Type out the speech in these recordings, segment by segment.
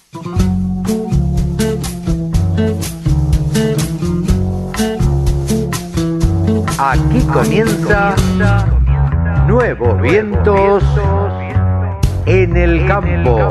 Aquí comienza Nuevos Vientos en el Campo.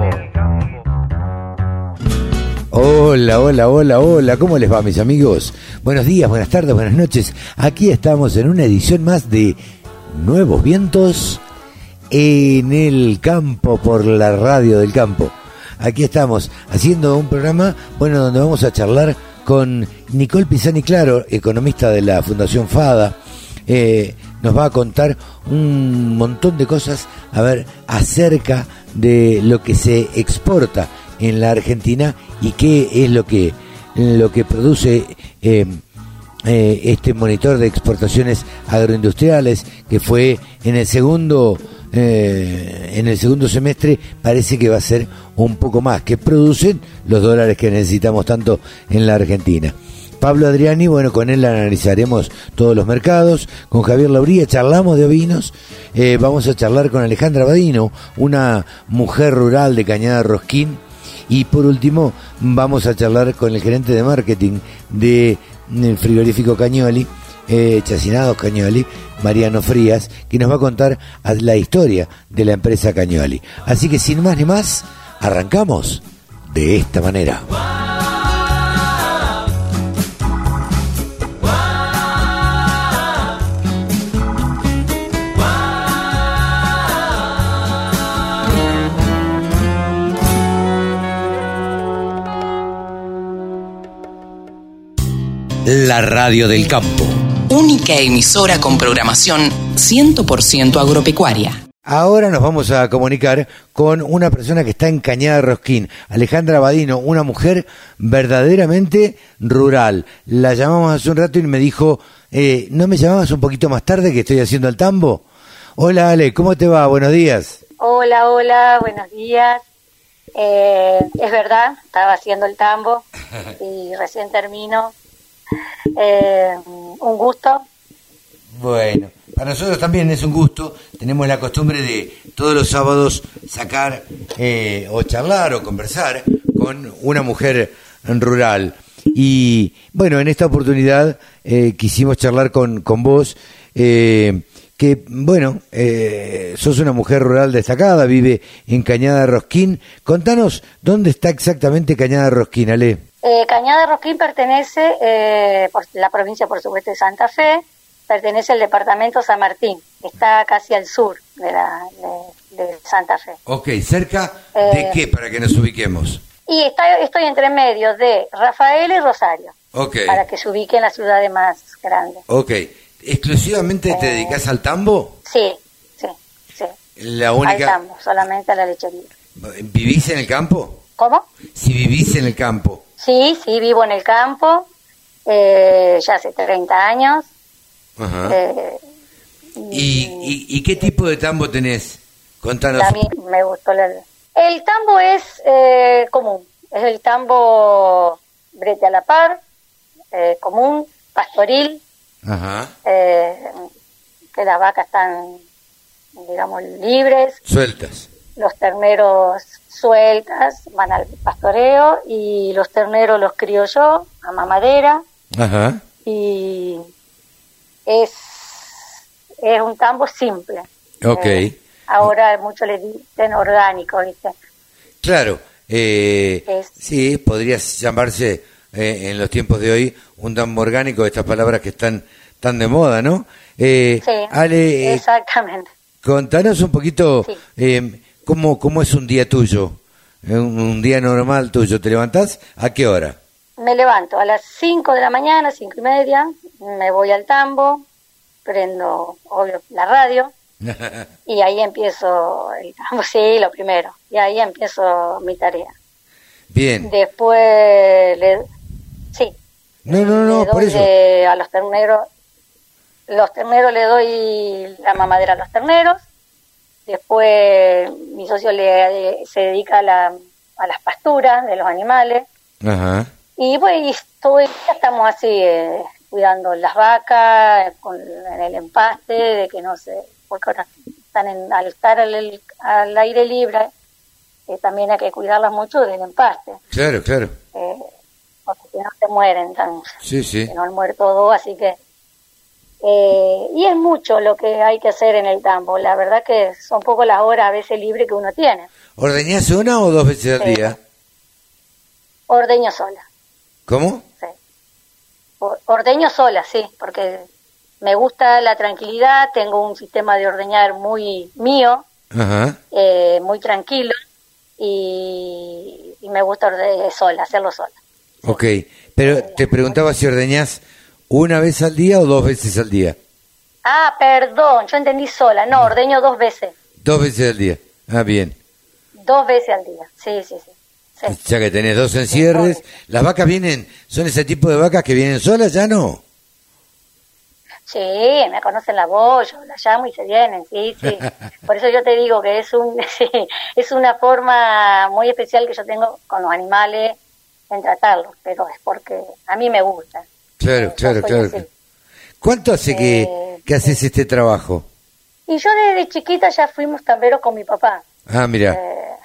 Hola, hola, hola, hola, ¿cómo les va, mis amigos? Buenos días, buenas tardes, buenas noches. Aquí estamos en una edición más de Nuevos Vientos en el Campo, por la radio del campo. Aquí estamos haciendo un programa, donde vamos a charlar con Nicole Pisani Claro, economista de la Fundación FADA. Nos va a contar un montón de cosas, acerca de lo que se exporta en la Argentina y qué es lo que produce este monitor de exportaciones agroindustriales, que fue en el segundo semestre. Parece que va a ser un poco más, que producen los dólares que necesitamos tanto en la Argentina. Pablo Adriani, con él analizaremos todos los mercados. Con Javier Lauría charlamos de ovinos. Vamos a charlar con Alejandra Badino, una mujer rural de Cañada Rosquín. Y por último vamos a charlar con el gerente de marketing del frigorífico Cagnoli, Chacinados Cagnoli, Mariano Frías, que nos va a contar la historia de la empresa Cagnoli. Así que sin más ni más, arrancamos de esta manera. La radio del campo. Única emisora con programación 100% agropecuaria. Ahora nos vamos a comunicar con una persona que está en Cañada Rosquín, Alejandra Badino, una mujer verdaderamente rural. La llamamos hace un rato y me dijo, ¿no me llamabas un poquito más tarde que estoy haciendo el tambo? Hola Ale, ¿cómo te va? Buenos días. Hola, buenos días. Es verdad, estaba haciendo el tambo y recién termino. Un gusto. Bueno, para nosotros también es un gusto. Tenemos la costumbre de todos los sábados sacar o charlar o conversar con una mujer rural. Y en esta oportunidad quisimos charlar con vos, sos una mujer rural destacada, vive en Cañada Rosquín. Contanos dónde está exactamente Cañada Rosquín, Ale. Cañada Rosquín pertenece, por la provincia, por supuesto, de Santa Fe, pertenece al departamento San Martín, está casi al sur de Santa Fe. Ok, ¿cerca de qué, para que nos ubiquemos? Y estoy entre medio de Rafael y Rosario, okay, para que se ubiquen las ciudades más grandes. Ok, ¿exclusivamente te dedicas al tambo? Sí. La única... Al tambo, solamente a la lechería. ¿Vivís en el campo? ¿Cómo? Si vivís en el campo. Sí, vivo en el campo, ya hace 30 años. Ajá. ¿Y qué tipo de tambo tenés? Contanos. A mí me gustó el tambo es común, es el tambo brete a la par, común, pastoril. Ajá. Que las vacas están, digamos, libres. Sueltas. Los terneros sueltas, van al pastoreo, y los terneros los crío yo a mamadera. Ajá. Y es un tambo simple. Ok. Ahora mucho le dicen orgánico, ¿viste? Claro. Sí, podría llamarse en los tiempos de hoy un tambo orgánico, estas palabras que están tan de moda, ¿no? Sí, Ale, exactamente. Contanos un poquito, sí. ¿Cómo es un día tuyo? Un día normal tuyo. ¿Te levantás? ¿A qué hora? Me levanto a las 5 de la mañana, 5:30, me voy al tambo, prendo, obvio, la radio, y ahí empiezo el tambo, sí, lo primero, y ahí empiezo mi tarea. Bien. Después, No, por eso. A los terneros le doy la mamadera a los terneros. Después mi socio se dedica a las pasturas de los animales. Ajá. Y pues estamos así cuidando las vacas en el empaste, de que no se, porque ahora están al estar al aire libre, también hay que cuidarlas mucho del empaste. Claro, claro. Porque si no se mueren también. Sí, sí. Se nos han muerto dos, así que... y es mucho lo que hay que hacer en el tambo. La verdad que son poco las horas a veces libres que uno tiene. ¿Ordeñás una o 2 veces al día? Ordeño sola. ¿Cómo? Sí. Ordeño sola, sí, porque me gusta la tranquilidad, tengo un sistema de ordeñar muy mío, Ajá. Muy tranquilo, y me gusta hacerlo sola. Ok, pero te preguntaba si ordeñás una vez al día o 2 veces al día. Ah, perdón, yo entendí sola, no, ordeño 2 veces. 2 veces al día, bien. 2 veces al día, sí. Sí. Ya que tenés 2 encierres, ¿las vacas son ese tipo de vacas que vienen solas, ya no? Sí, me conocen la voz, yo las llamo y se vienen, sí. Por eso yo te digo que es una forma muy especial que yo tengo con los animales en tratarlos, pero es porque a mí me gusta. Claro. ¿Cuánto hace que haces este trabajo? Y yo desde chiquita ya fuimos tamberos con mi papá. Ah, mira.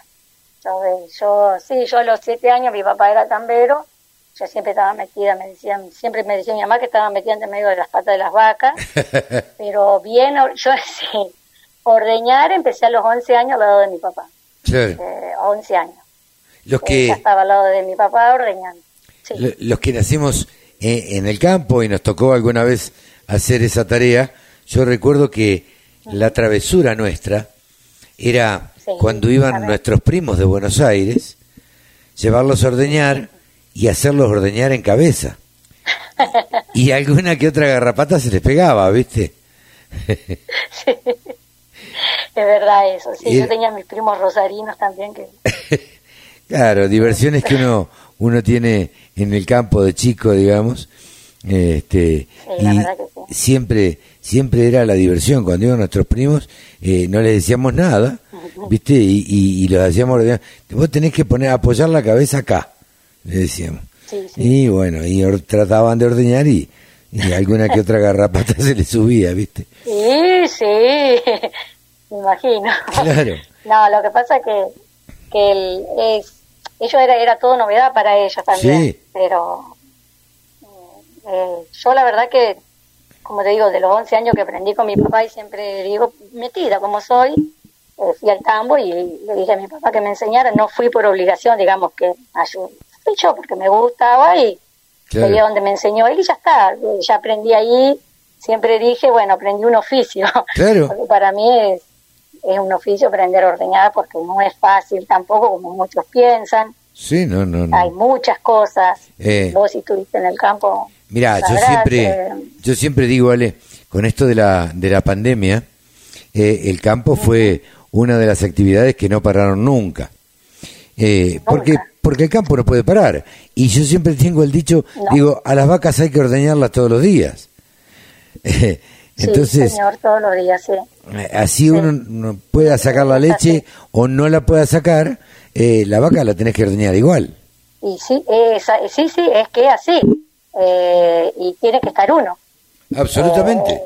Yo a los 7 años mi papá era tambero, yo siempre estaba metida, siempre me decía mi mamá que estaba metida entre medio de las patas de las vacas, pero yo sí, ordeñar empecé a los 11 años al lado de mi papá. Claro. 11 años. Los que... Ya estaba al lado de mi papá ordeñando. Sí. Los que nacimos en el campo y nos tocó alguna vez hacer esa tarea, yo recuerdo que la travesura nuestra era cuando iban nuestros primos de Buenos Aires, llevarlos a ordeñar y hacerlos ordeñar en cabeza. Y alguna que otra garrapata se les pegaba, ¿viste? Sí. Es verdad eso, sí. Yo tenía mis primos rosarinos también que... Claro, diversiones que uno tiene en el campo de chico, digamos, y siempre era la diversión. Cuando iban nuestros primos, no les decíamos nada, ¿viste? Y los hacíamos ordenar. Vos tenés que apoyar la cabeza acá, le decíamos. Sí. Y bueno, trataban de ordeñar y alguna que otra garrapata se les subía, ¿viste? Sí, me imagino. Claro. No, lo que pasa que ellos era todo novedad para ellos también, sí. Pero yo la verdad que, como te digo, de los 11 años que aprendí con mi papá y siempre digo, metida como soy, fui al tambo y le dije a mi papá que me enseñara, no fui por obligación, digamos que fui yo porque me gustaba y claro. Llegué donde me enseñó él y ya está, ya aprendí ahí, siempre dije, bueno, aprendí un oficio, claro. Porque para mí es un oficio aprender a ordeñar porque no es fácil tampoco como muchos piensan. Sí, no. Hay muchas cosas. Vos si estuviste en el campo. Mirá, yo siempre digo, Ale, con esto de la pandemia, el campo fue una de las actividades que no pararon nunca. Porque el campo no puede parar. Y yo siempre tengo el dicho, digo, a las vacas hay que ordeñarlas todos los días. Entonces, sí, señor, todos los días, sí. Así uno no pueda sacar la leche o no la pueda sacar, la vaca la tenés que ordeñar igual. Y sí, es que así. Y tiene que estar uno. Absolutamente.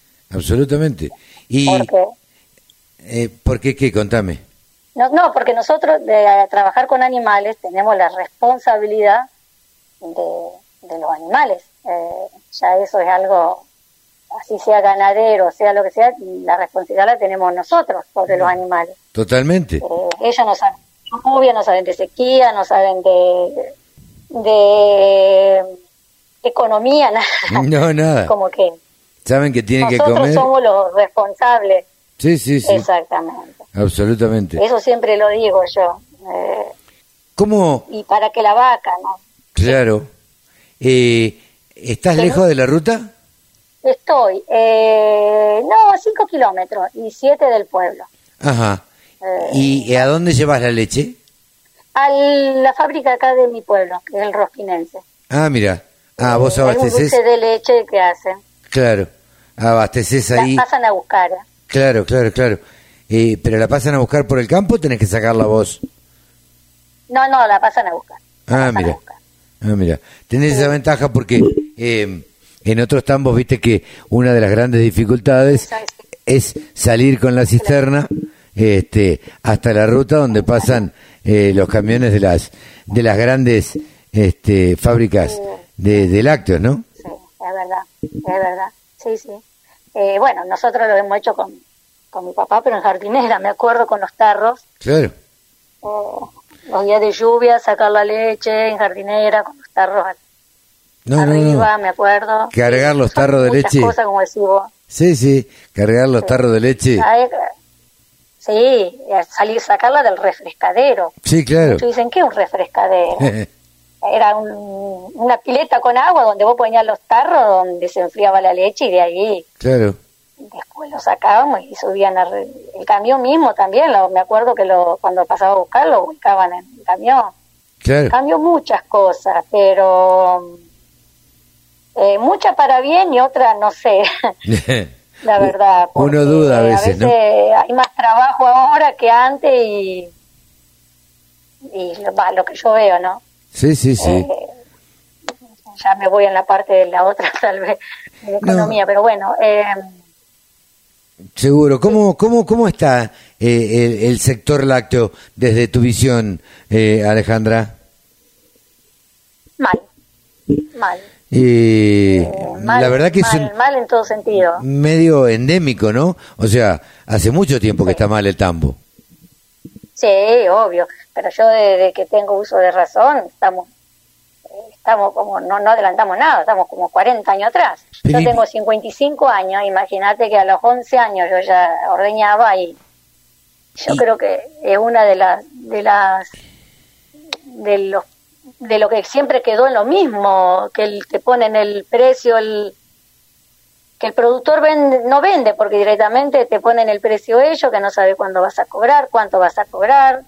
Y, ¿por qué? ¿Por qué qué? Contame. No, porque nosotros de trabajar con animales tenemos la responsabilidad de los animales. Ya eso es algo... así sea ganadero, sea lo que sea, la responsabilidad la tenemos nosotros sobre los animales. Totalmente. Ellos no saben de lluvia, no saben de sequía, no saben de economía, nada. No, nada. Como que saben que tienen que comer. Nosotros somos los responsables. Sí. Exactamente. Absolutamente. Eso siempre lo digo yo. ¿Cómo? Y para que la vaca, ¿no? Claro. ¿Estás lejos de la ruta? Estoy, 5 kilómetros y 7 del pueblo. Ajá. ¿Y a dónde llevas la leche? A la fábrica acá de mi pueblo, que es el Rosquinense. Ah, mira. Vos abastecés. Hay un dulce de leche que hacen. Claro. Abastecés ahí. La pasan a buscar. Claro. ¿Pero la pasan a buscar por el campo o tenés que sacarla vos? No, la pasan a buscar. Mira. Tenés esa ventaja porque... en otros tambos, viste que una de las grandes dificultades es salir con la cisterna hasta la ruta donde pasan los camiones de las grandes fábricas de lácteos, ¿no? Sí, es verdad, sí. Bueno, nosotros lo hemos hecho con mi papá, pero en jardinera, me acuerdo, con los tarros. Claro. Los días de lluvia, sacar la leche en jardinera, con los tarros arriba, me acuerdo. Cargar los tarros de leche. Cosas, como decís vos. Sí, cargar los tarros de leche. Sí, sacarla del refrescadero. Sí, claro. Muchos dicen, ¿qué es un refrescadero? Era una pileta con agua donde vos ponías los tarros, donde se enfriaba la leche, y de ahí... Claro. Después lo sacábamos y subían el camión mismo también. Me acuerdo que cuando pasaba a buscar lo buscaban en el camión. Claro. Cambió muchas cosas, pero muchas para bien y otras no sé. La verdad. Uno duda a veces, ¿no? Hay más trabajo ahora que antes y lo que yo veo, ¿no? Sí. Ya me voy en la parte de la otra, tal vez, de economía, pero bueno... Seguro. ¿Cómo está el sector lácteo desde tu visión, Alejandra? Mal. La verdad que es mal en todo sentido. Medio endémico, ¿no? O sea, hace mucho tiempo que está mal el tambo. Sí, obvio. Pero yo desde que tengo uso de razón, estamos como, no adelantamos nada, estamos como 40 años atrás. Yo tengo 55 años, imagínate que a los 11 años yo ya ordeñaba y yo creo que es una de lo que siempre quedó en lo mismo, que te ponen el precio, que el productor no vende, porque directamente te ponen el precio ellos, que no sabe cuándo vas a cobrar, cuánto vas a cobrar.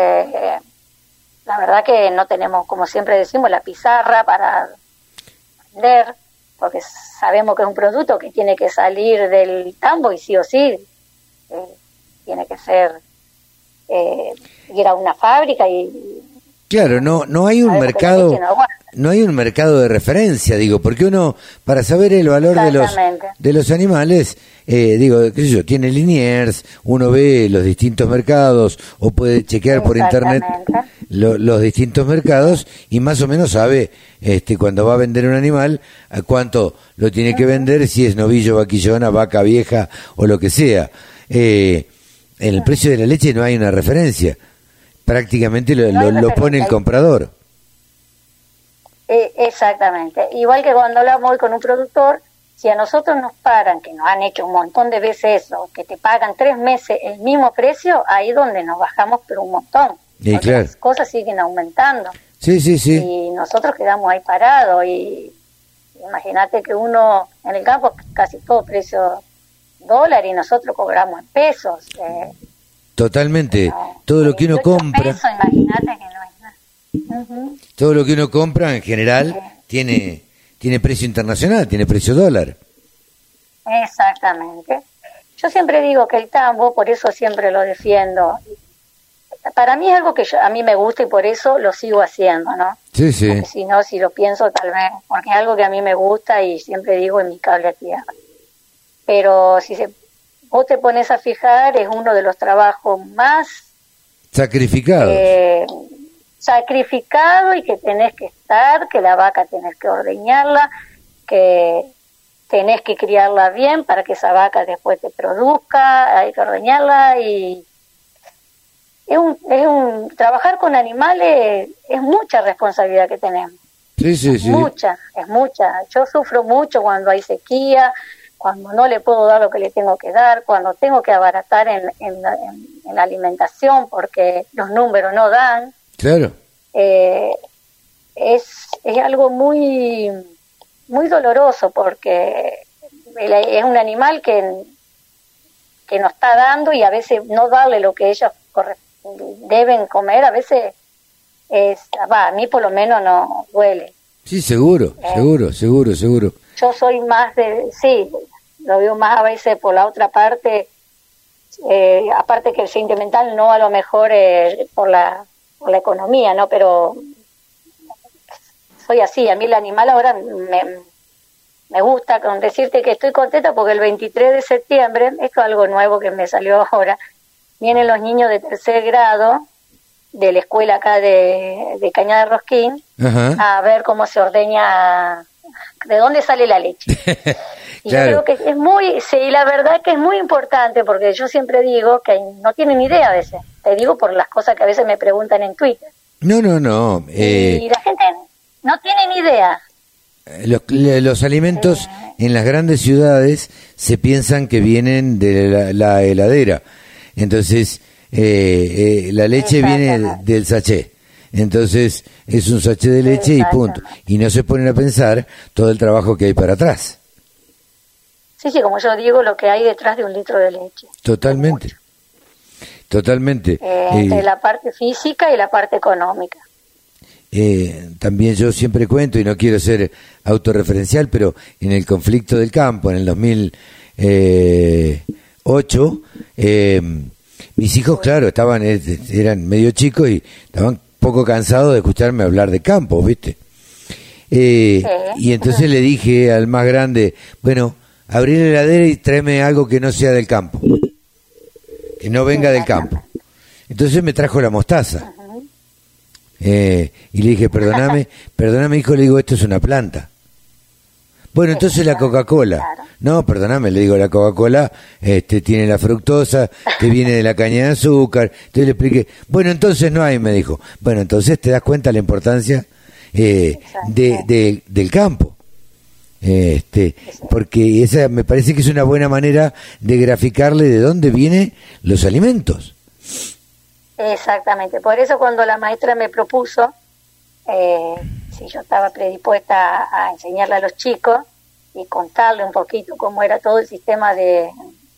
La verdad que no tenemos, como siempre decimos, la pizarra para vender, porque sabemos que es un producto que tiene que salir del tambo y sí o sí tiene que ser ir a una fábrica y... Claro, no hay un mercado, no hay un mercado de referencia, digo, porque uno, para saber el valor de los animales, qué sé yo, tiene Liniers, uno ve los distintos mercados o puede chequear por internet los distintos mercados y más o menos sabe cuando va a vender un animal a cuánto lo tiene que vender, si es novillo, vaquillona, vaca vieja o lo que sea. En el precio de la leche no hay una referencia. Prácticamente lo pone el comprador. Exactamente. Igual que cuando hablamos hoy con un productor, si a nosotros nos pagan, que nos han hecho un montón de veces eso, que te pagan 3 meses el mismo precio, ahí donde nos bajamos pero un montón. Y claro. Las cosas siguen aumentando. Sí. Y nosotros quedamos ahí parados y imagínate que uno en el campo casi todo precio dólar y nosotros cobramos en pesos. Totalmente. Todo lo que uno compra. Pesos, imagínate que no es nada. Uh-huh. Todo lo que uno compra en general tiene precio internacional, tiene precio dólar. Exactamente. Yo siempre digo que el tambo, por eso siempre lo defiendo. Para mí es algo que a mí me gusta y por eso lo sigo haciendo, ¿no? Sí. Porque si no, si lo pienso tal vez, porque es algo que a mí me gusta y siempre digo en mi cable a tierra. Pero si vos te pones a fijar, es uno de los trabajos más sacrificados. Sacrificado y que tenés que estar, que la vaca tenés que ordeñarla, que tenés que criarla bien para que esa vaca después te produzca, hay que ordeñarla y trabajar con animales es mucha responsabilidad que tenemos. Sí. Mucha. Yo sufro mucho cuando hay sequía, cuando no le puedo dar lo que le tengo que dar, cuando tengo que abaratar en la alimentación porque los números no dan. Claro. Es algo muy muy doloroso porque es un animal que nos está dando y a veces no darle lo que ellos deben comer, a veces a mí por lo menos no duele. Sí, seguro. Yo soy más lo veo más a veces por la otra parte, aparte que el sentimental no a lo mejor por la economía, ¿no? Pero soy así, a mí el animal ahora me gusta, con decirte que estoy contenta porque el 23 de septiembre, esto es algo nuevo que me salió ahora, vienen los niños de 3er grado de la escuela acá de Cañada de Rosquín, a ver cómo se ordeña, de dónde sale la leche. Y claro, yo creo que es muy, sí, la verdad que es muy importante, porque yo siempre digo que no tienen idea a veces. Te digo por las cosas que a veces me preguntan en Twitter. No. Y la gente no tiene ni idea. Los alimentos en las grandes ciudades se piensan que vienen de la heladera. Entonces, la leche viene del sachet. Entonces, es un sachet de leche y punto. Y no se ponen a pensar todo el trabajo que hay para atrás. Sí, como yo digo, lo que hay detrás de un litro de leche. Totalmente. Entre la parte física y la parte económica. También yo siempre cuento, y no quiero ser autorreferencial, pero en el conflicto del campo, en el 2008, mis hijos, claro, eran medio chicos y estaban poco cansados de escucharme hablar de campo, ¿viste? Y entonces le dije al más grande, bueno, abrí la heladera y tráeme algo que no sea del campo, que no venga del campo. Entonces me trajo la mostaza. Y le dije, perdóname hijo, le digo, esto es una planta. Bueno, entonces la Coca-Cola. No, perdóname, le digo, la Coca-Cola tiene la fructosa que viene de la caña de azúcar. Entonces le expliqué, bueno, entonces no hay, me dijo. Bueno, entonces te das cuenta la importancia del campo. Porque esa me parece que es una buena manera de graficarle de dónde vienen los alimentos. Exactamente, por eso cuando la maestra me propuso si yo estaba predispuesta a enseñarle a los chicos y contarle un poquito cómo era todo el sistema del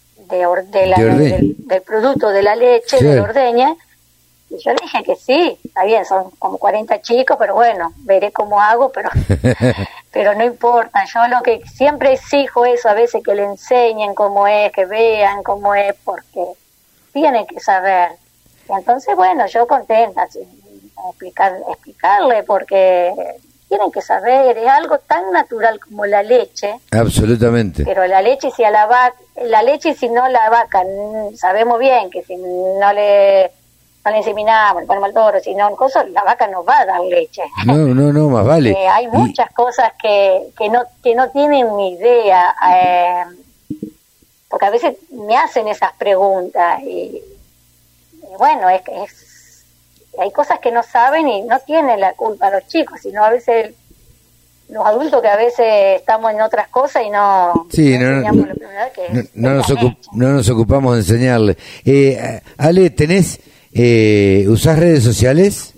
producto de la leche, sí, de la ordeña, y yo le dije que sí, está bien, son como 40 chicos, pero bueno, veré cómo hago, pero no importa, yo lo que siempre exijo eso, a veces que le enseñen cómo es, que vean cómo es, porque tienen que saber. Y entonces, bueno, yo contenta, sí, explicarle, porque tienen que saber, es algo tan natural como la leche. Absolutamente. Pero la leche, si no la vaca, sabemos bien que si no le inseminamos, le ponemos al toro, si no, la vaca nos va a dar leche. No, más vale. Hay muchas cosas que no tienen ni idea, porque a veces me hacen esas preguntas y bueno, hay cosas que no saben y no tienen la culpa los chicos, sino a veces los adultos que a veces estamos en otras cosas y no enseñamos la primera que no nos ocupamos de enseñarle. Ale, ¿usás redes sociales?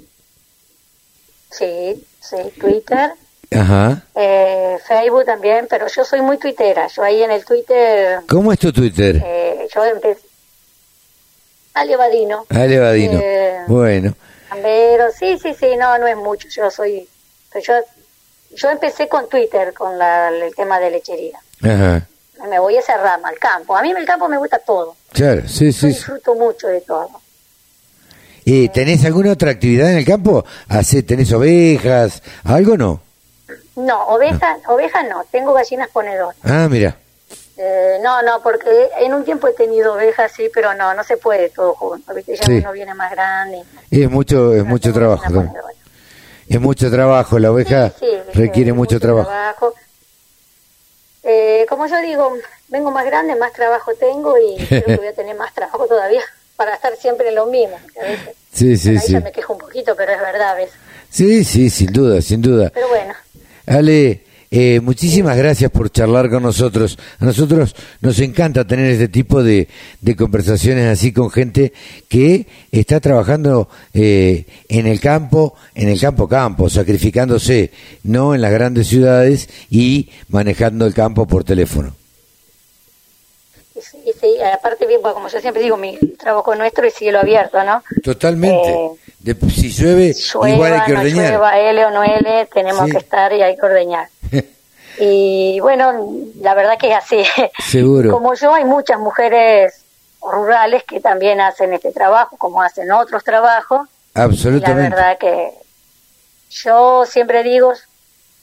Sí, Twitter. Ajá. Facebook también, pero yo soy muy tuitera. Yo ahí en el Twitter... ¿Cómo es tu Twitter? Yo empecé... Ale Badino. Bueno. Pero sí, no es mucho. Yo empecé con Twitter, con el tema de lechería. Ajá. Me voy a esa rama, al campo. A mí el campo me gusta todo. Claro, sí. Yo disfruto mucho de todo. ¿Y tenés alguna otra actividad en el campo? ¿Tenés ovejas? ¿Algo no? No, ovejas no. Tengo gallinas ponedoras. Ah, mira. No, porque en un tiempo he tenido ovejas, sí, pero no se puede todo junto, ¿viste? Ya uno viene más grande. Es mucho trabajo. Es mucho trabajo, la oveja requiere mucho trabajo. Como yo digo, vengo más grande, más trabajo tengo y creo que voy a tener más trabajo todavía para estar siempre en lo mismo. A veces, sí. Ya me quejo un poquito, pero es verdad a veces. Sí, sin duda. Pero bueno. Ale, muchísimas gracias por charlar con nosotros. A nosotros nos encanta tener este tipo de conversaciones así con gente que está trabajando en el campo, sacrificándose, no en las grandes ciudades y manejando el campo por teléfono. Sí, aparte bien, como yo siempre digo, mi trabajo nuestro es cielo abierto, ¿no? Totalmente. Si llueve, igual hay que ordeñar. No llueva, L o no L, tenemos que estar y hay que ordeñar. Y bueno, la verdad que es así. Seguro. Como yo, hay muchas mujeres rurales que también hacen este trabajo, como hacen otros trabajos. Absolutamente. Y la verdad que yo siempre digo,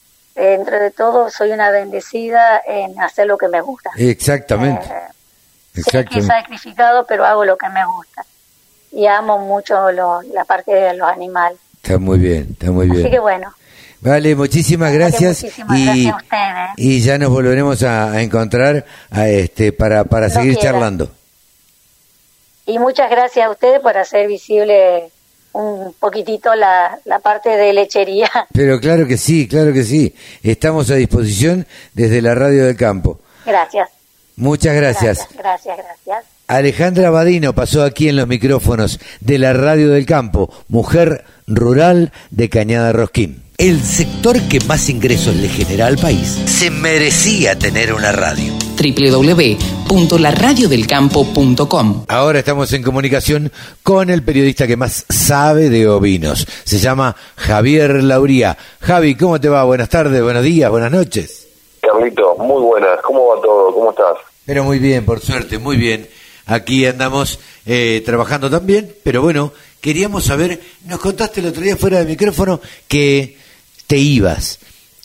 dentro de todo, soy una bendecida en hacer lo que me gusta. Exactamente. Sé que es sacrificado, pero hago lo que me gusta. Y amo mucho la parte de los animales. Está muy bien, está muy bien. Así que bueno. Vale, muchísimas gracias. Muchísimas gracias a ustedes. Y ya nos volveremos a encontrar para seguir charlando. Y muchas gracias a ustedes por hacer visible un poquitito la parte de lechería. Pero claro que sí, claro que sí. Estamos a disposición desde la Radio del Campo. Gracias. Muchas gracias. Gracias. Alejandra Badino pasó aquí en los micrófonos de la Radio del Campo, mujer rural de Cañada Rosquín. El sector que más ingresos le genera al país se merecía tener una radio. www.laradiodelcampo.com. Ahora estamos en comunicación con el periodista que más sabe de ovinos. Se llama Javier Lauría. Javi, ¿cómo te va? Buenas tardes, buenos días, buenas noches. Carlito, muy buenas. ¿Cómo va todo? ¿Cómo estás? Pero muy bien, por suerte, muy bien. Aquí andamos trabajando también, pero bueno, queríamos saber, nos contaste el otro día fuera del micrófono que te ibas,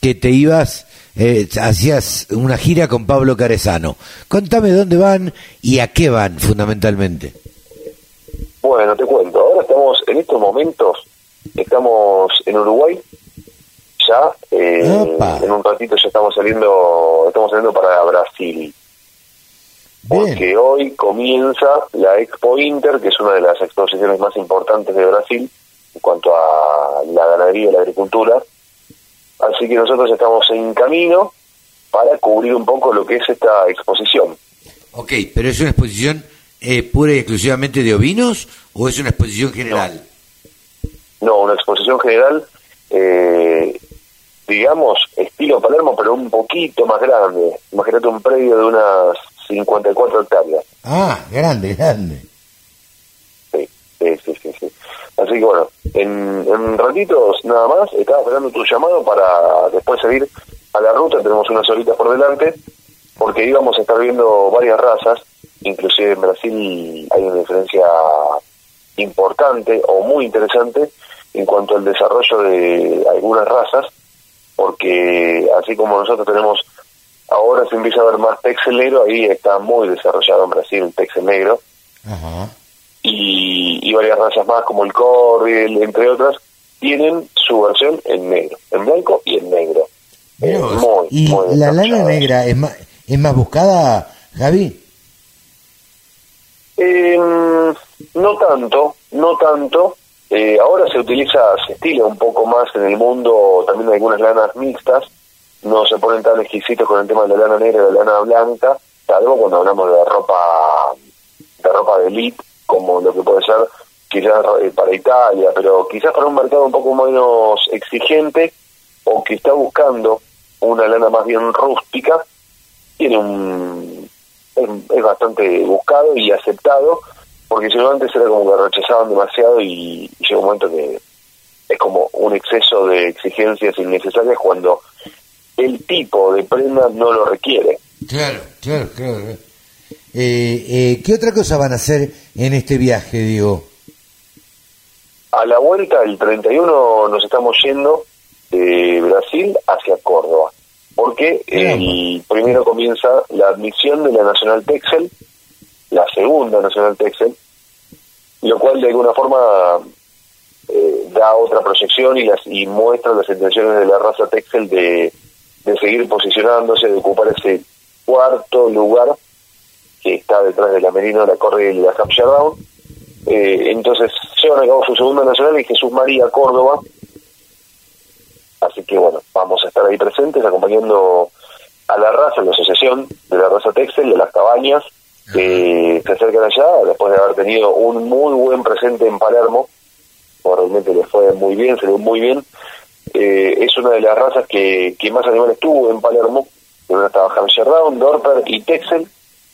hacías una gira con Pablo Carezano. Contame dónde van y a qué van fundamentalmente. Bueno, te cuento, ahora en estos momentos, estamos en Uruguay, ya, en un ratito ya estamos saliendo para Brasil. Porque Bien. hoy comienza la Expo Inter, que es una de las exposiciones más importantes de Brasil en cuanto a la ganadería y la agricultura. Así que nosotros estamos en camino para cubrir un poco lo que es esta exposición. Ok, pero ¿es una exposición pura y exclusivamente de ovinos o es una exposición general? No, una exposición general, digamos, estilo Palermo, pero un poquito más grande. Imagínate un predio de unas 54 hectáreas. Ah, grande. Sí. Así que bueno, en ratitos nada más, estaba esperando tu llamado para después salir a la ruta. Tenemos unas horitas por delante, porque íbamos a estar viendo varias razas. Inclusive en Brasil hay una diferencia importante o muy interesante en cuanto al desarrollo de algunas razas, porque así como nosotros tenemos, ahora se empieza a ver más Texel negro, ahí está muy desarrollado en Brasil el Texel negro. Ajá. Y varias razas más como el Corriel, entre otras, tienen su versión en negro, en blanco y en negro. ¿Y la lana negra es más buscada, Javi? No tanto. Ahora se estila un poco más en el mundo también algunas lanas mixtas. No se ponen tan exquisitos con el tema de la lana negra y la lana blanca, salvo cuando hablamos de ropa de elite, como lo que puede ser quizás para Italia, pero quizás para un mercado un poco menos exigente o que está buscando una lana más bien rústica, es bastante buscado y aceptado, porque si no antes era como que rechazaban demasiado y llega un momento que es como un exceso de exigencias innecesarias cuando el tipo de prenda no lo requiere. Claro. ¿Qué otra cosa van a hacer en este viaje, Diego? A la vuelta, el 31, nos estamos yendo de Brasil hacia Córdoba, porque el primero comienza la admisión de la Nacional Texel, la segunda Nacional Texel, lo cual de alguna forma da otra proyección y muestra las intenciones de la raza Texel de seguir posicionándose, de ocupar ese cuarto lugar que está detrás de la Merino, la Corriel y la Hampshire Down. Entonces llevan a cabo su segunda nacional en Jesús María, Córdoba. Así que bueno, vamos a estar ahí presentes acompañando a la raza, la asociación de la raza Texel, de las cabañas, que se acercan allá después de haber tenido un muy buen presente en Palermo. Realmente les fue muy bien, se le dio muy bien. Es una de las razas que más animales tuvo en Palermo. Una estaba Hampshire Down, Dorper y Texel,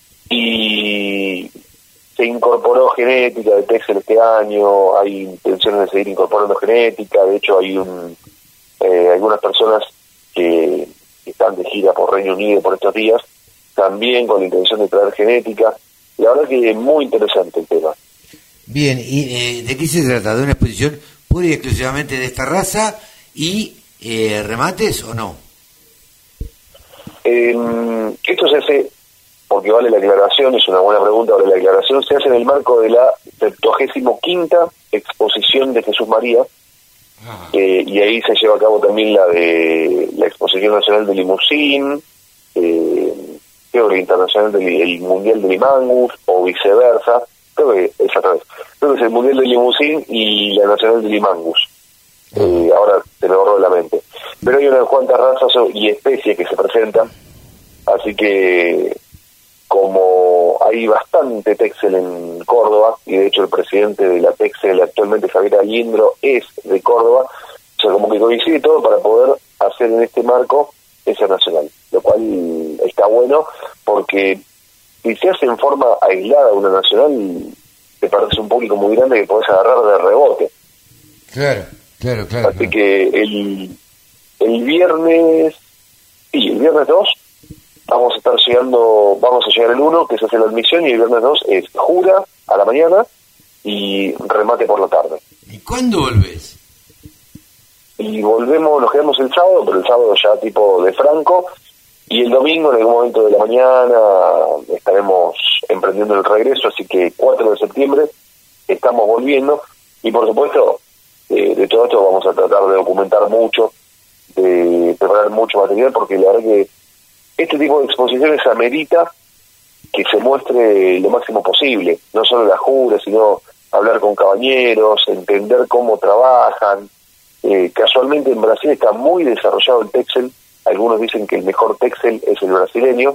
y se incorporó genética de Texel este año. Hay intenciones de seguir incorporando genética. De hecho hay algunas personas que están de gira por Reino Unido por estos días, también con la intención de traer genética. La verdad que es muy interesante el tema. Bien, ¿y de qué se trata? ¿De una exposición pura y exclusivamente de esta raza y remates o no? Esto se hace porque vale la aclaración, es una buena pregunta, vale la aclaración, se hace en el marco de la 75ª exposición de Jesús María, y ahí se lleva a cabo también la de la Exposición Nacional de Limusín, creo que internacional el Mundial de Limangus, o viceversa, creo que es otra vez, creo que es el Mundial de Limusín y la Nacional de Limangus. Ahora se me borró de la mente, pero hay unas cuantas razas y especies que se presentan, así que como hay bastante Texel en Córdoba, y de hecho el presidente de la Texel actualmente, Javier Alindro, es de Córdoba, o sea, como que coincide todo para poder hacer en este marco esa nacional, lo cual está bueno, porque si se hace en forma aislada una nacional, te parece un público muy grande que podés agarrar de rebote. Claro. Así que el viernes 2 vamos a llegar el 1, que se hace la admisión, y el viernes 2 es jura a la mañana y remate por la tarde. ¿Y cuándo volvés? Y nos quedamos el sábado, pero el sábado ya tipo de franco, y el domingo en algún momento de la mañana estaremos emprendiendo el regreso, así que 4 de septiembre estamos volviendo, y por supuesto de todo esto vamos a tratar de documentar mucho, de preparar mucho material, porque la verdad que este tipo de exposiciones amerita que se muestre lo máximo posible, no solo la jura, sino hablar con cabañeros, entender cómo trabajan. Casualmente en Brasil está muy desarrollado el Texel, algunos dicen que el mejor Texel es el brasileño,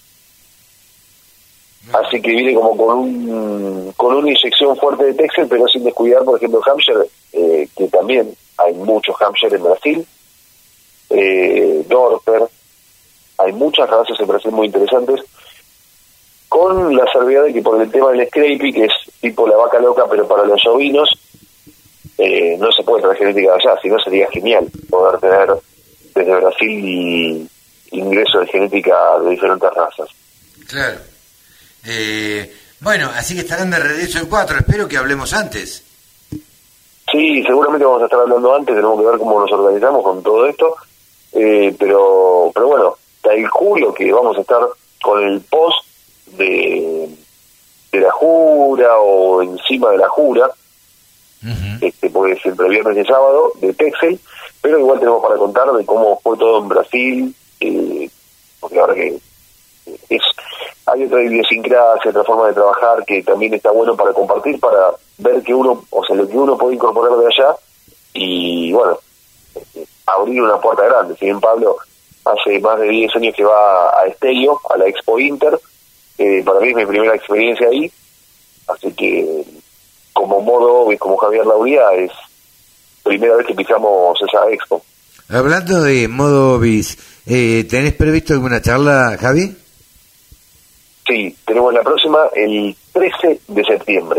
así que viene como con una inyección fuerte de Texel, pero sin descuidar, por ejemplo, Hampshire, que también hay muchos Hampshire en Brasil, Dorper, hay muchas razas en Brasil muy interesantes, con la salvedad de que por el tema del scrapie, que es tipo la vaca loca, pero para los ovinos, no se puede traer genética de allá, si no sería genial poder tener desde Brasil ingreso de genética de diferentes razas. Claro. Bueno, así que estarán de regreso el 4, espero que hablemos antes. Sí, seguramente vamos a estar hablando antes, tenemos que ver cómo nos organizamos con todo esto, pero bueno, calculo que vamos a estar con el post de la jura o encima de la jura, porque es entre viernes y sábado de Texel, pero igual tenemos para contar de cómo fue todo en Brasil, porque ahora que hay otra idiosincrasia, otra forma de trabajar que también está bueno para compartir, para ver que uno, o sea, lo que uno puede incorporar de allá, y bueno, abrir una puerta grande. Si bien Pablo hace más de 10 años que va a Esteio, a la Expo Inter, para mí es mi primera experiencia ahí, así que como modo, como Javier Lauría, es primera vez que pisamos esa expo. Hablando de modo bis, ¿tenés previsto alguna charla, Javi? Sí, tenemos la próxima el 13 de septiembre.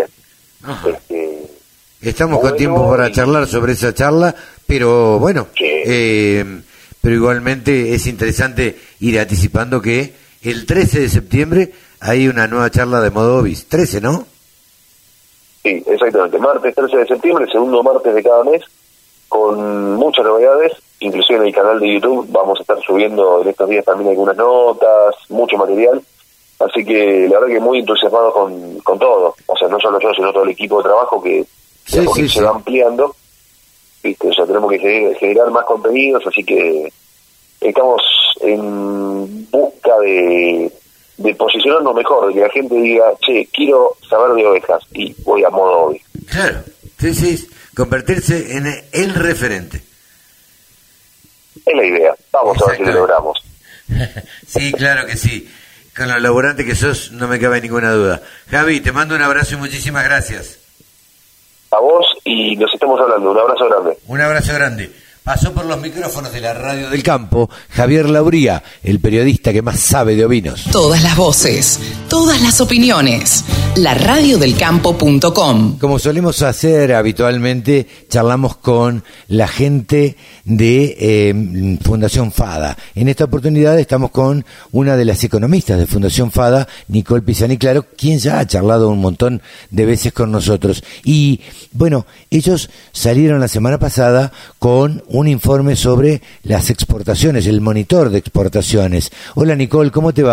Estamos con tiempo para charlar sobre esa charla, pero bueno, pero igualmente es interesante ir anticipando que el 13 de septiembre hay una nueva charla de modo bis. 13, ¿no? Sí, exactamente. Martes 13 de septiembre, segundo martes de cada mes, con muchas novedades, inclusive en el canal de YouTube vamos a estar subiendo en estos días también algunas notas, mucho material, así que la verdad que muy entusiasmado con todo, o sea, no solo yo, sino todo el equipo de trabajo que se va ampliando, ¿viste? O sea, tenemos que generar más contenidos, así que estamos en busca de posicionarnos mejor, de que la gente diga, che, quiero saber de ovejas, y voy a modo bis. Claro, sí, convertirse en el referente. Es la idea, vamos a ver si lo logramos. Sí, claro que sí, con lo laburante que sos no me cabe ninguna duda. Javi, te mando un abrazo y muchísimas gracias. A vos, y nos estamos hablando, un abrazo grande. Un abrazo grande. Pasó por los micrófonos de la Radio del Campo Javier Lauría, el periodista que más sabe de ovinos. Todas las voces, todas las opiniones. laradiodelcampo.com. Como solemos hacer habitualmente, charlamos con la gente de Fundación FADA. En esta oportunidad estamos con una de las economistas de Fundación FADA, Nicole Pisani Claro, quien ya ha charlado un montón de veces con nosotros. Y bueno, ellos salieron la semana pasada con un informe sobre las exportaciones, el monitor de exportaciones. Hola Nicole, ¿cómo te va?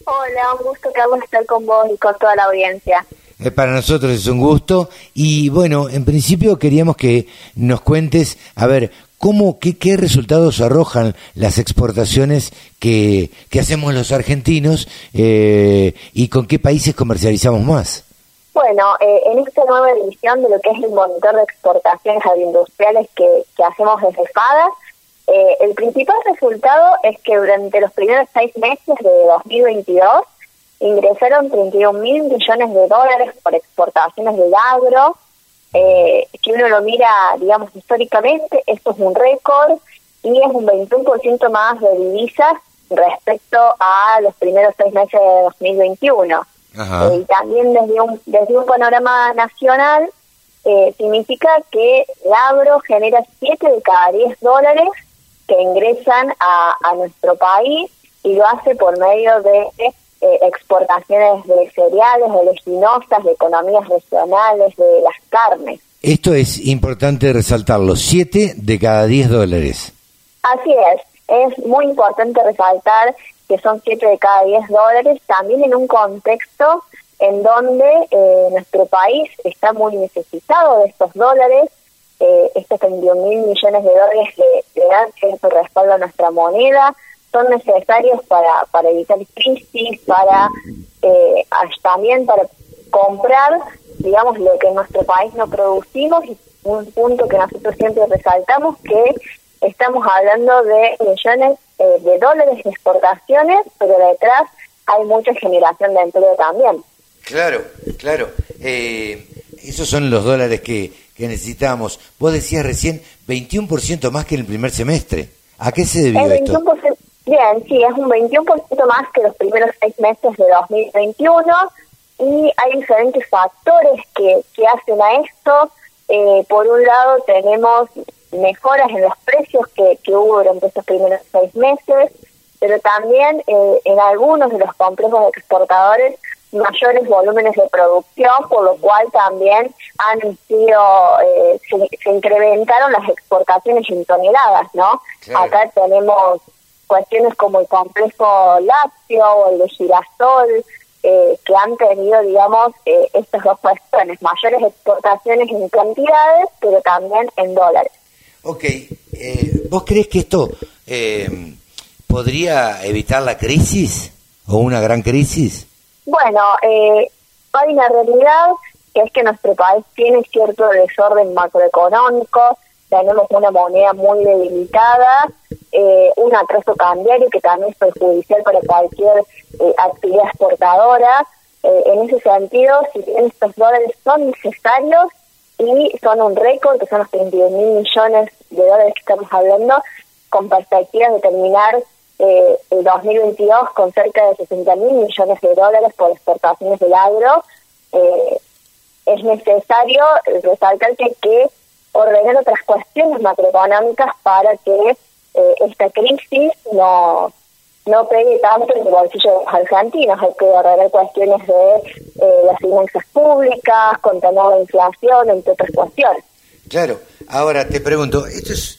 Hola, un gusto, Carlos, estar con vos y con toda la audiencia. Para nosotros es un gusto y bueno, en principio queríamos que nos cuentes, a ver, qué resultados arrojan las exportaciones que hacemos los argentinos y con qué países comercializamos más. Bueno, en esta nueva edición de lo que es el monitor de exportaciones agroindustriales que hacemos desde FADA, el principal resultado es que durante los primeros 6 meses de 2022 ingresaron 31.000 millones de dólares por exportaciones del agro. Si uno lo mira, digamos, históricamente, esto es un récord y es un 21% más de divisas respecto a los primeros 6 meses de 2021. Y también desde un panorama nacional, significa que el agro genera 7 de cada 10 dólares que ingresan a nuestro país y lo hace por medio de exportaciones de cereales, de leguminosas, de economías regionales, de las carnes. Esto es importante resaltarlo, 7 de cada 10 dólares. Así es muy importante resaltar que son 7 de cada 10 dólares, también en un contexto en donde nuestro país está muy necesitado de estos dólares. Estos 21.000 millones de dólares le dan cierto respaldo a nuestra moneda, son necesarios para evitar crisis, también para comprar, digamos, lo que en nuestro país no producimos. Y un punto que nosotros siempre resaltamos, que estamos hablando de millones de dólares de exportaciones, pero detrás hay mucha generación de empleo también. Claro. Esos son los dólares que necesitamos. Vos decías recién 21% más que en el primer semestre. ¿A qué se debió esto? Bien, sí, es un 21% más que los primeros 6 meses de 2021 y hay diferentes factores que hacen a esto. Por un lado tenemos mejoras en los precios que hubo durante estos primeros 6 meses, pero también en algunos de los complejos exportadores mayores volúmenes de producción, por lo cual también se incrementaron las exportaciones en toneladas, ¿no? Claro. Acá tenemos cuestiones como el complejo lácteo o el de girasol, que han tenido, digamos, estas dos cuestiones, mayores exportaciones en cantidades, pero también en dólares. Ok, ¿vos crees que esto podría evitar la crisis o una gran crisis? Bueno, hay una realidad que es que nuestro país tiene cierto desorden macroeconómico, tenemos una moneda muy debilitada, un atraso cambiario que también es perjudicial para cualquier actividad exportadora. En ese sentido, si bien estos dólares son necesarios y son un récord, que son los 32.000 millones de dólares que estamos hablando, con perspectivas de terminar el 2022 con cerca de 60.000 millones de dólares por exportaciones del agro, es necesario resaltar que hay que ordenar otras cuestiones macroeconómicas para que esta crisis no pegue tanto en el bolsillo de los argentinos. Hay que ordenar cuestiones de las finanzas públicas, contener la inflación, entre otras cuestiones. Claro. Ahora te pregunto, esto es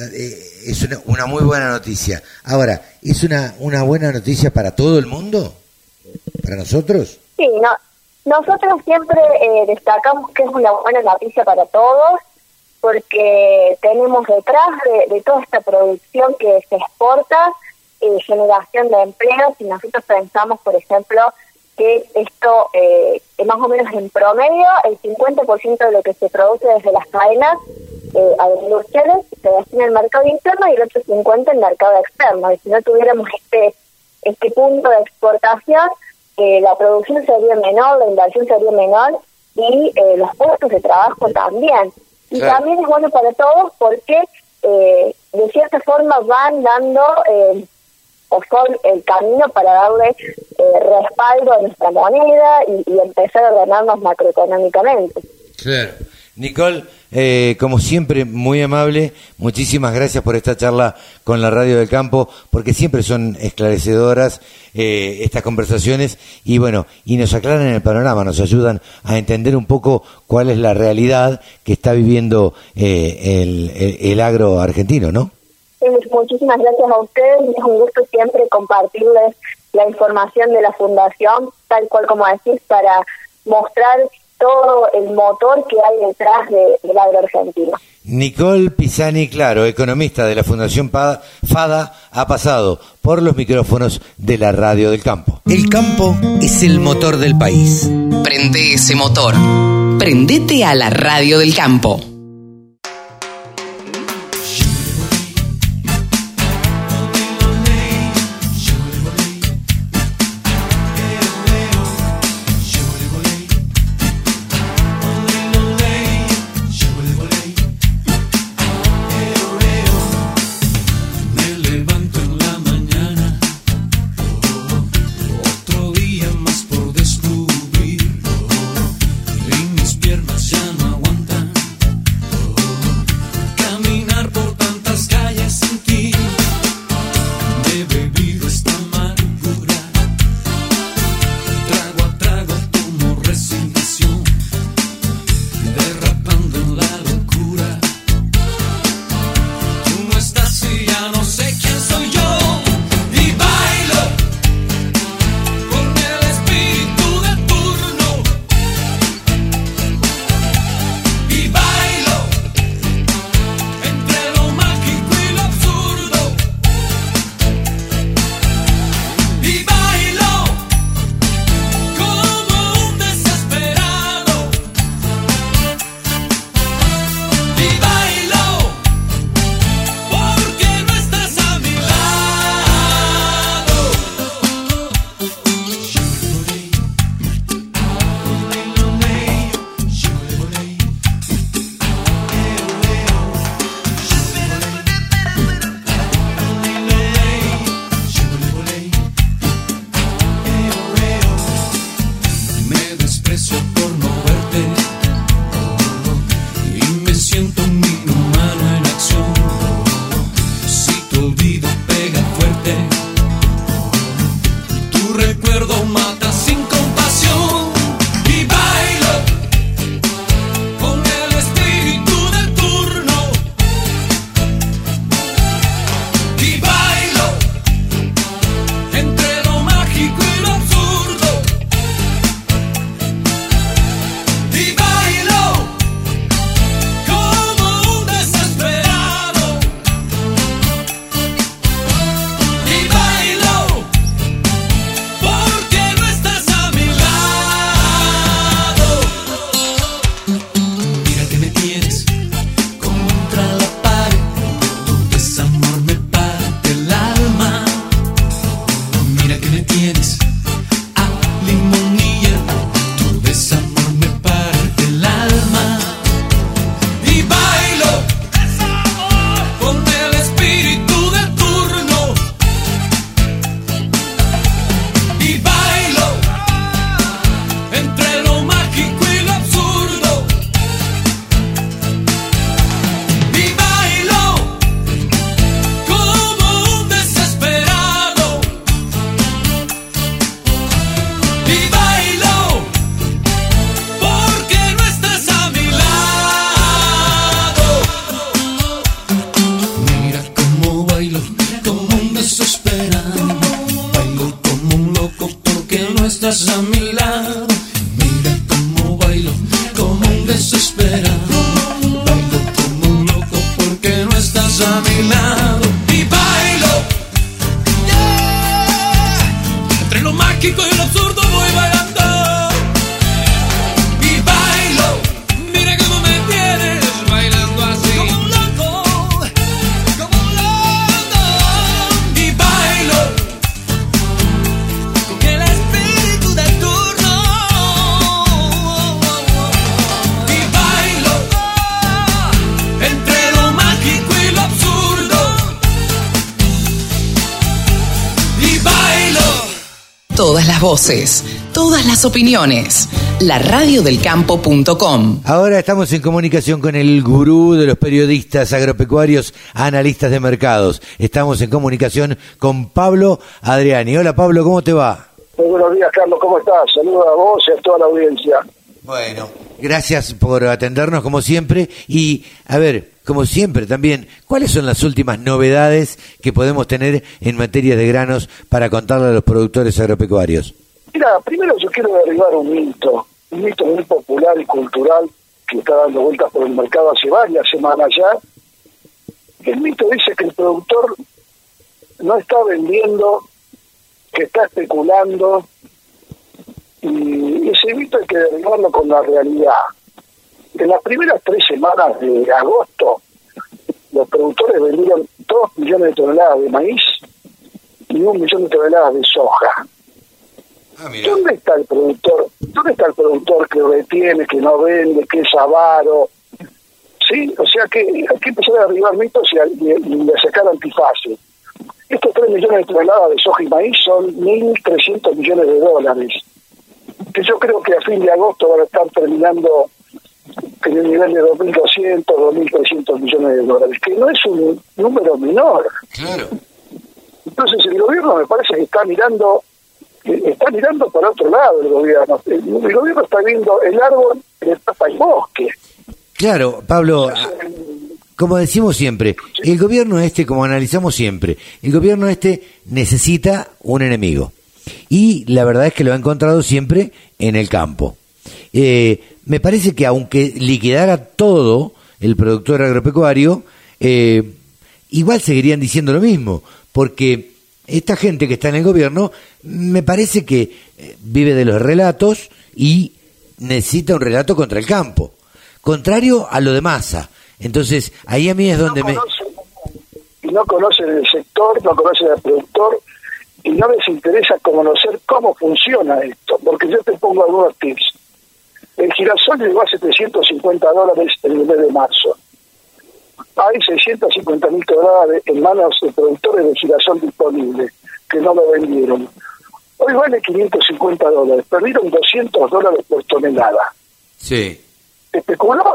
una muy buena noticia. Ahora, ¿es una buena noticia para todo el mundo? ¿Para nosotros? Sí, nosotros siempre destacamos que es una buena noticia para todos, porque tenemos detrás de toda esta producción que se exporta, generación de empleos, y nosotros pensamos, por ejemplo, que esto, más o menos en promedio, el 50% de lo que se produce desde las cadenas agroindustriales se destina al mercado interno y el otro 50% al mercado externo. Y si no tuviéramos este punto de exportación, la producción sería menor, la inversión sería menor y los puestos de trabajo también. Y claro, también es bueno para todos porque de cierta forma van dando o son el camino para darle respaldo a nuestra moneda y empezar a ordenarnos macroeconómicamente. Claro. Nicole, como siempre, muy amable, muchísimas gracias por esta charla con la Radio del Campo, porque siempre son esclarecedoras estas conversaciones y bueno, y nos aclaran el panorama, nos ayudan a entender un poco cuál es la realidad que está viviendo el agro argentino, ¿no? Muchísimas gracias a ustedes, es un gusto siempre compartirles la información de la fundación, tal cual como decís, para mostrar todo el motor que hay detrás del agro argentino. Nicole Pisani, claro, economista de la Fundación FADA, ha pasado por los micrófonos de la Radio del Campo. El campo es el motor del país. Prende ese motor. Prendete a la Radio del Campo. estás a mi lado. Mira cómo bailo, como un desesperado. Bailo como un loco porque no estás a mi lado. Y bailo, yeah. Entre lo mágico y lo absurdo voy bailando. Y bailo, mira cómo me tienes bailando así. Como un loco, como un loco. Y bailo con el espíritu del turno. Y bailo entre lo mágico y lo absurdo. Y bailo. Todas las voces, todas las opiniones. laradiodelcampo.com. Ahora estamos en comunicación con el gurú de los periodistas agropecuarios, analistas de mercados. Estamos en comunicación con Pablo Adriani. Hola Pablo, ¿cómo te va? Muy buenos días, Carlos, ¿cómo estás? Saludos a vos y a toda la audiencia. Bueno, gracias por atendernos como siempre. Y, a ver, como siempre también, ¿cuáles son las últimas novedades que podemos tener en materia de granos para contarle a los productores agropecuarios? Mira, primero yo quiero derribar un mito muy popular y cultural que está dando vueltas por el mercado hace varias semanas ya. El mito dice que el productor no está vendiendo, que está especulando, y ese mito hay que derribarlo con la realidad. En las primeras 3 semanas de agosto, los productores vendieron 2 millones de toneladas de maíz y 1 millón de toneladas de soja. ¿Dónde está el productor? ¿Dónde está el productor que retiene, que no vende, que es avaro? ¿Sí? O sea que hay que empezar a derribar mitos y a sacar antifaces. Estos 3 millones de toneladas de soja y maíz son 1.300 millones de dólares, que yo creo que a fin de agosto van a estar terminando en el nivel de 2.200, 2.300 millones de dólares, que no es un número menor. Claro. Entonces el gobierno me parece que está mirando para otro lado el gobierno. El gobierno está viendo el árbol que tapa el bosque. Claro, Pablo, como decimos siempre, el gobierno como analizamos siempre, el gobierno necesita un enemigo. Y la verdad es que lo ha encontrado siempre en el campo. Me parece que aunque liquidara todo el productor agropecuario, igual seguirían diciendo lo mismo, porque esta gente que está en el gobierno me parece que vive de los relatos y necesita un relato contra el campo, contrario a lo de Massa. Entonces, ahí a mí es donde no conocen el sector, no conocen al productor y no les interesa conocer cómo funciona esto, porque yo te pongo algunos tips. El girasol llegó a $750 en el mes de marzo. Hay 650.000 toneladas en manos de productores de girasol disponible que no lo vendieron. Hoy vale $550, perdieron $200 por tonelada. Sí. ¿Especuló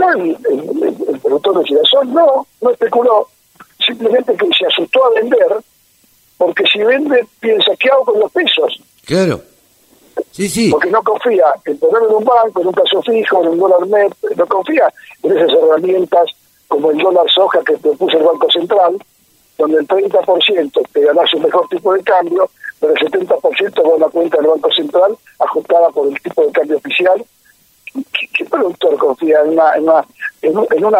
el productor de girasol? No especuló. Simplemente que se asustó a vender, porque si vende, piensa, ¿qué hago con los pesos? Claro. Sí. Porque no confía en ponerlo en un banco, en un plazo fijo, en un dólar MEP, no confía en esas herramientas como el dólar soja que propuso el Banco Central, donde el 30% te ganás un mejor tipo de cambio, pero el 70% va a una cuenta del Banco Central ajustada por el tipo de cambio oficial. ¿Qué productor confía en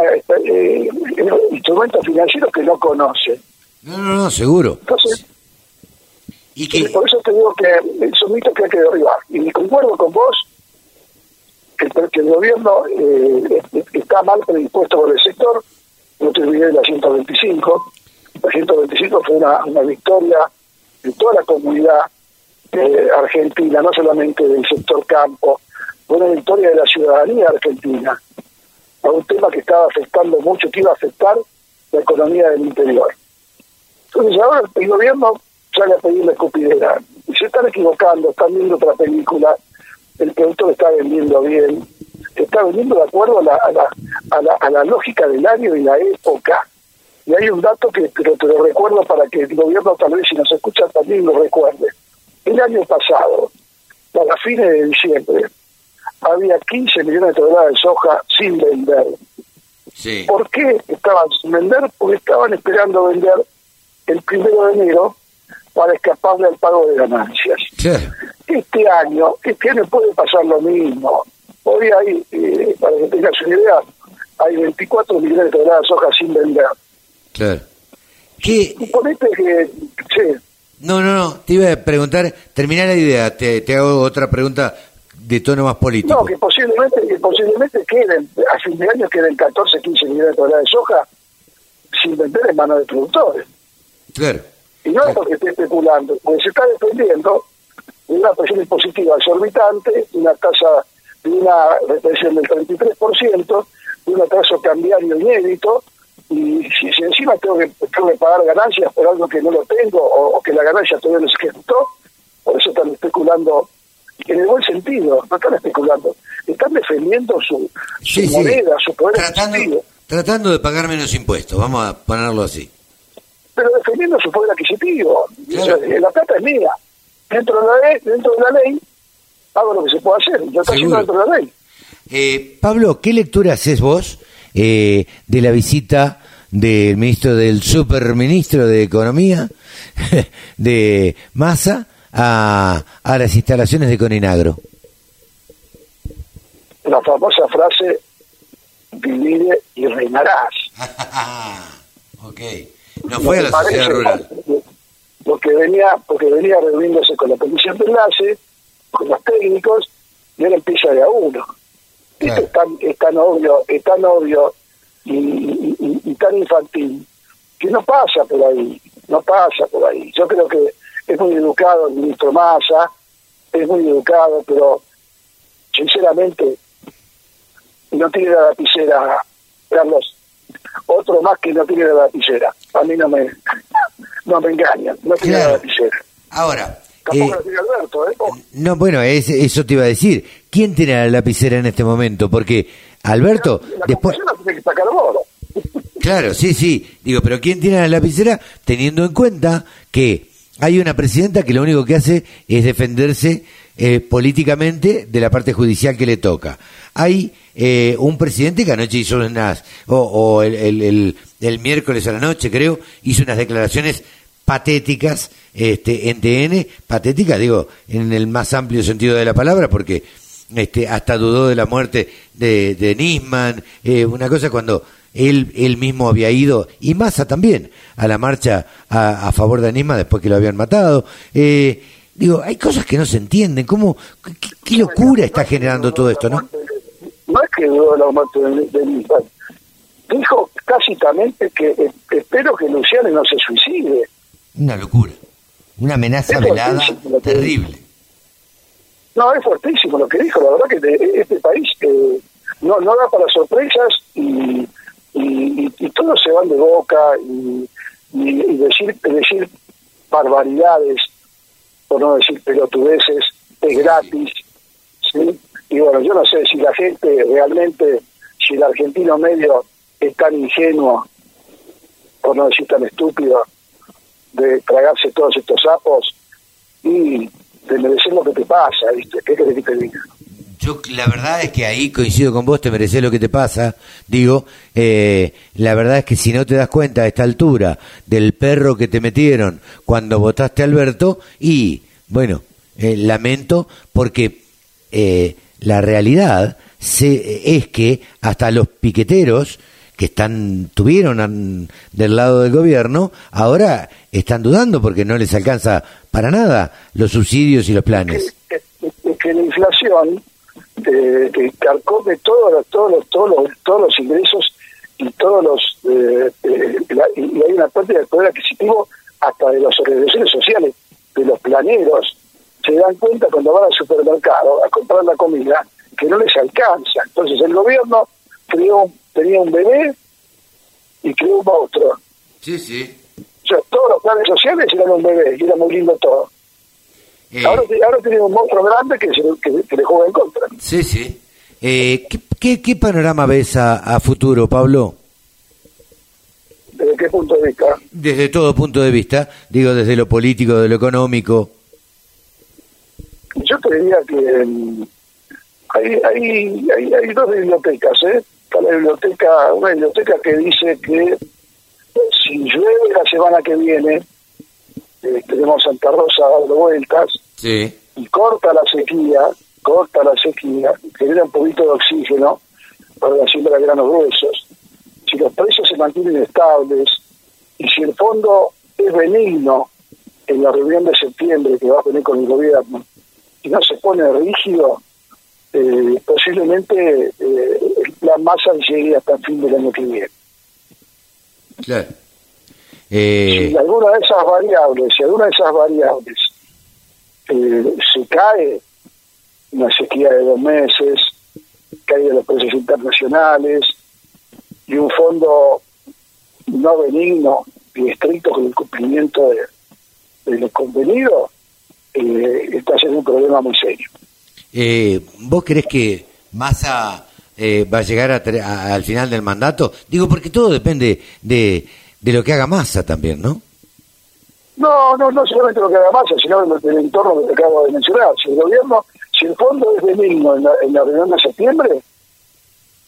un instrumento financiero que no conoce? No, seguro. Entonces, ¿Y qué? por eso te digo que son mitos que hay que derribar. Y concuerdo con vos que el gobierno está mal predispuesto con el sector. No te olvides de la 125. La 125 fue una victoria de toda la comunidad argentina, no solamente del sector campo. Fue una victoria de la ciudadanía argentina a un tema que estaba afectando mucho, que iba a afectar la economía del interior. Entonces ahora el gobierno sale a pedirle escupidera. Y se están equivocando, están viendo otra película. El productor está vendiendo bien, está vendiendo de acuerdo a la lógica del año y la época. Y hay un dato que te lo recuerdo para que el gobierno, tal vez si nos escucha también, lo recuerde. El año pasado, para fines de diciembre, había 15 millones de toneladas de soja sin vender. Sí. ¿Por qué estaban sin vender? Porque estaban esperando vender el 1 de enero para escaparle al pago de ganancias. Sí. Este año puede pasar lo mismo. Hoy hay, para que tengas una idea, hay 24 millones de toneladas de soja sin vender. Claro. ¿Qué? Suponete que... Sí. No, te iba a preguntar, terminá la idea, te hago otra pregunta de tono más político. No, que posiblemente queden, a fin de año queden 14, 15 millones de toneladas de soja sin vender en manos de productores. Claro. Y no es porque esté especulando, porque se está dependiendo de una presión impositiva exorbitante, de una tasa, de una retención del 33%, de un atraso cambiario inédito, y si encima tengo que pagar ganancias por algo que no lo tengo, o que la ganancia todavía no se ejecutó, por eso están especulando en el buen sentido, no están especulando, están defendiendo su moneda, su poder adquisitivo. Tratando de pagar menos impuestos, vamos a ponerlo así. Pero defendiendo su poder adquisitivo. Claro. O sea, la plata es mía. Dentro de la ley, hago lo que se puede hacer. Yo estoy haciendo dentro de la ley. Pablo, ¿qué lectura haces vos de la visita del ministro, del superministro de Economía, de Massa, a las instalaciones de Coninagro? La famosa frase, divide y reinarás. Ok, no fue a la sociedad rural. Porque venía reuniéndose con la comisión de enlace, con los técnicos, y ahora empieza de a uno. Claro. Esto es tan obvio y tan infantil, que no pasa por ahí. Yo creo que es muy educado el ministro Massa, es muy educado, pero sinceramente no tiene la lapicera, Carlos. Otro más que no tiene la lapicera. A mí no me engañan, no tiene la lapicera. Ahora, tampoco la tiene Alberto, no, bueno, eso te iba a decir. ¿Quién tiene la lapicera en este momento? Porque Alberto, la después... la tiene que sacar vos. Claro, sí. Digo, pero ¿quién tiene la lapicera teniendo en cuenta que hay una presidenta que lo único que hace es defenderse políticamente de la parte judicial que le toca? Hay un presidente que anoche hizo unas, el miércoles a la noche, creo, hizo unas declaraciones patéticas en TN, patéticas, digo, en el más amplio sentido de la palabra, porque hasta dudó de la muerte de Nisman, una cosa cuando él mismo había ido, y Massa también, a la marcha a favor de Nisman después que lo habían matado. Digo, hay cosas que no se entienden. ¿Qué locura está generando todo esto, no? No es que dudó de la muerte de Nisman. Dijo tácitamente que espero que Luciano no se suicide. Una locura. Una amenaza velada terrible. No, es fuertísimo lo que dijo. La verdad que este país no da para sorpresas y todos se van de boca y decir barbaridades, por no decir pelotudeces, es gratis, ¿sí? Y bueno, yo no sé si la gente realmente, si el argentino medio es tan ingenuo, por no decir tan estúpido, de tragarse todos estos sapos y de merecer lo que te pasa, ¿viste? ¿Qué querés que te diga? Yo la verdad es que ahí coincido con vos, te mereces lo que te pasa. Digo, la verdad es que si no te das cuenta a esta altura del perro que te metieron cuando votaste a Alberto, y bueno, lamento porque la realidad es que hasta los piqueteros que estuvieron del lado del gobierno, ahora están dudando porque no les alcanza para nada los subsidios y los planes. Es que la inflación que carcome todos los ingresos y todos los y hay una parte del poder adquisitivo hasta de las organizaciones sociales, de los planeros, se dan cuenta cuando van al supermercado a comprar la comida que no les alcanza. Entonces el gobierno tenía un bebé y creó un monstruo. Sí. O sea, todos los planes sociales eran un bebé y era muy lindo todo. Ahora tenemos un monstruo grande que le juega en contra. Sí. ¿Qué panorama ves a futuro, Pablo? ¿Desde qué punto de vista? Desde todo punto de vista, digo, desde lo político, de lo económico. Yo te diría que hay dos bibliotecas, Está una biblioteca que dice que si llueve la semana que viene, tenemos Santa Rosa dando vueltas, sí, y corta la sequía, genera un poquito de oxígeno para la siembra de granos gruesos. Si los precios se mantienen estables y si el fondo es benigno en la reunión de septiembre que va a tener con el gobierno y no se pone rígido, posiblemente el plan Massa llegue hasta el fin del año que viene. Claro. Si alguna de esas variables se cae, una sequía de 2 meses, cae de los precios internacionales y un fondo no benigno y estricto con el cumplimiento de lo convenido, está siendo un problema muy serio. ¿Vos creés que Massa va a llegar al final del mandato? Digo, porque todo depende de lo que haga Massa también, ¿no? No solamente lo que haga Massa, sino del entorno que te acabo de mencionar. Si el fondo es benigno en la reunión de septiembre,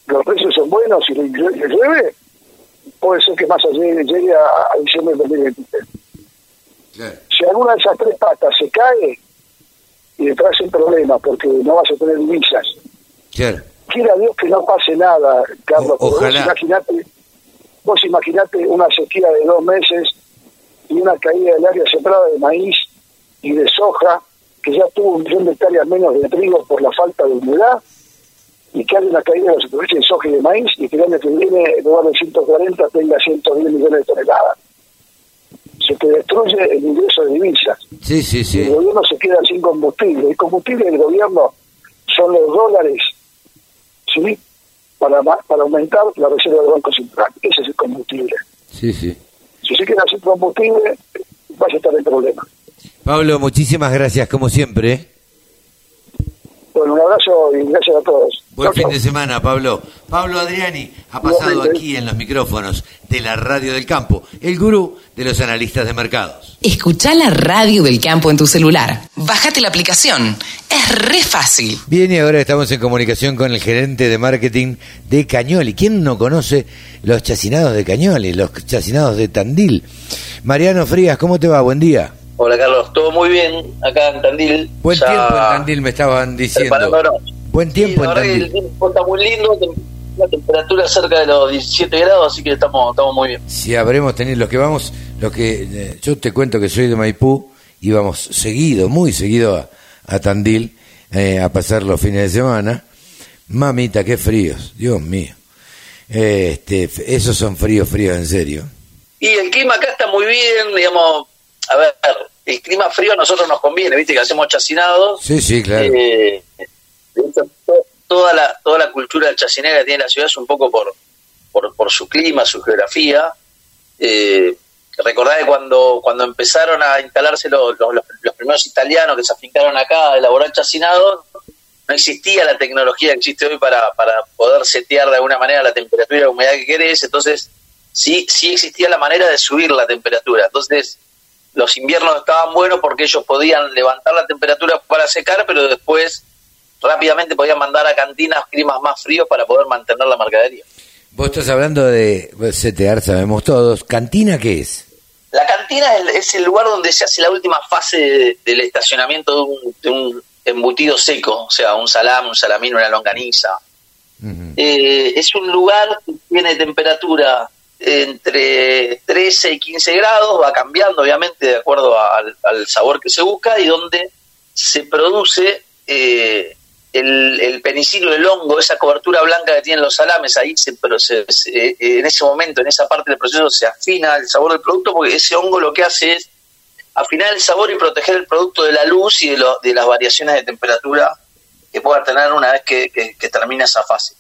los precios son buenos y le llueve, puede ser que más allá llegue a diciembre del 2023. Claro. Si alguna de esas tres patas se cae y detrás hay problemas porque no vas a tener divisas, Claro. quiera Dios que no pase nada, Carlos. Ojalá. Vos imaginate una sequía de 2 meses y una caída del área sembrada de maíz y de soja, que ya tuvo 1 millón de hectáreas menos de trigo por la falta de humedad, y que haya una caída de los superficies de soja y de maíz, y que el año que viene, en lugar de 140, tenga 110 millones de toneladas. Se te destruye el ingreso de divisas. Sí, sí, sí. El gobierno se queda sin combustible. El combustible del gobierno son los dólares, ¿sí?, para aumentar la reserva del Banco Central. Ese es el combustible. Sí, sí. Si se queda sin combustible, vas a estar en problemas. Pablo, muchísimas gracias, como siempre. Bueno, un abrazo y gracias a todos. Buen fin de semana, Pablo. Pablo Adriani ha pasado aquí en los micrófonos de la Radio del Campo, el gurú de los analistas de mercados. Escuchá la Radio del Campo en tu celular. Bájate la aplicación. Es re fácil. Bien, y ahora estamos en comunicación con el gerente de marketing de Cañoli. ¿Quién no conoce los chacinados de Cañoli, los chacinados de Tandil? Mariano Frías, ¿cómo te va? Buen día. Hola Carlos, todo muy bien acá en Tandil. Buen tiempo en Tandil, me estaban diciendo. Buen tiempo en Tandil. El tiempo está muy lindo, la temperatura cerca de los 17 grados, así que estamos muy bien. Si habremos tenido yo te cuento que soy de Maipú, íbamos seguido, muy seguido a Tandil a pasar los fines de semana. Mamita, qué fríos, Dios mío. Esos son fríos en serio. Y el clima acá está muy bien, digamos, a ver, el clima frío a nosotros nos conviene, viste que hacemos chacinados. Sí, sí, claro. De hecho, toda la cultura chacinera que tiene la ciudad es un poco por su clima, su geografía. Recordá que cuando empezaron a instalarse los primeros italianos que se afincaron acá a elaborar chacinados, no existía la tecnología que existe hoy para poder setear de alguna manera la temperatura y la humedad que querés. Entonces sí existía la manera de subir la temperatura. Entonces los inviernos estaban buenos porque ellos podían levantar la temperatura para secar, pero después rápidamente podían mandar a cantinas climas más fríos para poder mantener la mercadería. Vos estás hablando de setear, sabemos todos. ¿Cantina qué es? La cantina es el lugar donde se hace la última fase del estacionamiento de un embutido seco, o sea, un salame, un salamín, una longaniza. Uh-huh. Es un lugar que tiene temperatura entre 13 y 15 grados, va cambiando obviamente de acuerdo al sabor que se busca, y donde se produce el penicilio, el hongo, esa cobertura blanca que tienen los salames. Ahí en ese momento, en esa parte del proceso, se afina el sabor del producto, porque ese hongo lo que hace es afinar el sabor y proteger el producto de la luz y de las variaciones de temperatura que pueda tener una vez que termina esa fase.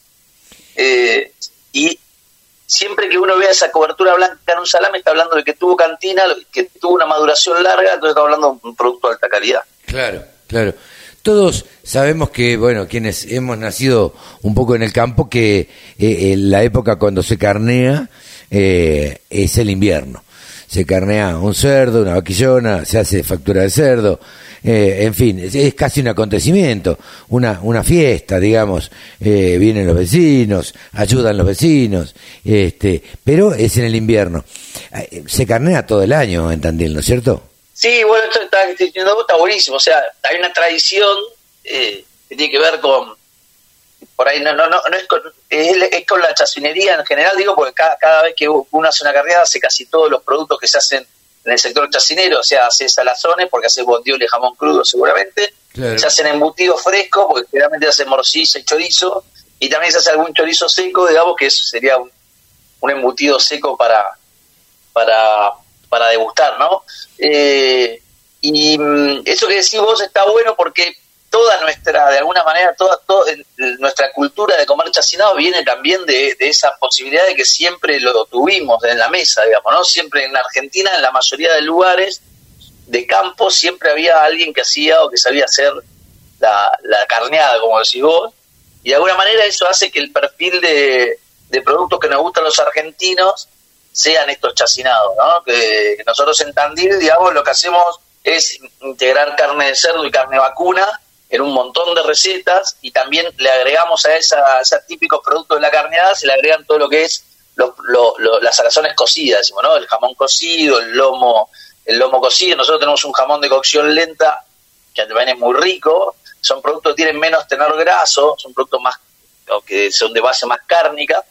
Y siempre que uno vea esa cobertura blanca en un salame, está hablando de que tuvo cantina, que tuvo una maduración larga, entonces está hablando de un producto de alta calidad. Claro, claro. Todos sabemos que, bueno, quienes hemos nacido un poco en el campo, que la época cuando se carnea es el invierno. Se carnea un cerdo, una vaquillona, se hace factura de cerdo, en fin, es casi un acontecimiento, una fiesta, digamos. Vienen los vecinos, ayudan los vecinos, pero es en el invierno. Se carnea todo el año en Tandil, ¿no es cierto? Sí, bueno, esto está buenísimo. O sea, hay una tradición que tiene que ver con, por ahí no es con la chacinería en general, digo, porque cada vez que uno hace una carneada hace casi todos los productos que se hacen en el sector chacinero. O sea, hace salazones porque hace bondiola y jamón crudo seguramente. Claro. Se hacen embutidos frescos porque generalmente se hace morcilla y chorizo, y también se hace algún chorizo seco, digamos, que eso sería un embutido seco para degustar, ¿no? Y eso que decís vos está bueno porque toda nuestra, de alguna manera, toda nuestra cultura de comer chacinado viene también de esa posibilidad de que siempre lo tuvimos en la mesa, digamos, ¿no? Siempre en Argentina, en la mayoría de lugares de campo, siempre había alguien que hacía o que sabía hacer la carneada, como decís vos, y de alguna manera eso hace que el perfil de productos que nos gustan los argentinos sean estos chacinados, ¿no? Que nosotros en Tandil, digamos, lo que hacemos es integrar carne de cerdo y carne vacuna en un montón de recetas, y también le agregamos a esos típicos productos de la carneada, se le agregan todo lo que es las salazones cocidas, decimos, ¿no? El jamón cocido, el lomo cocido. Nosotros tenemos un jamón de cocción lenta que también es muy rico. Son productos que tienen menos tenor graso, son productos más que son de base más cárnica.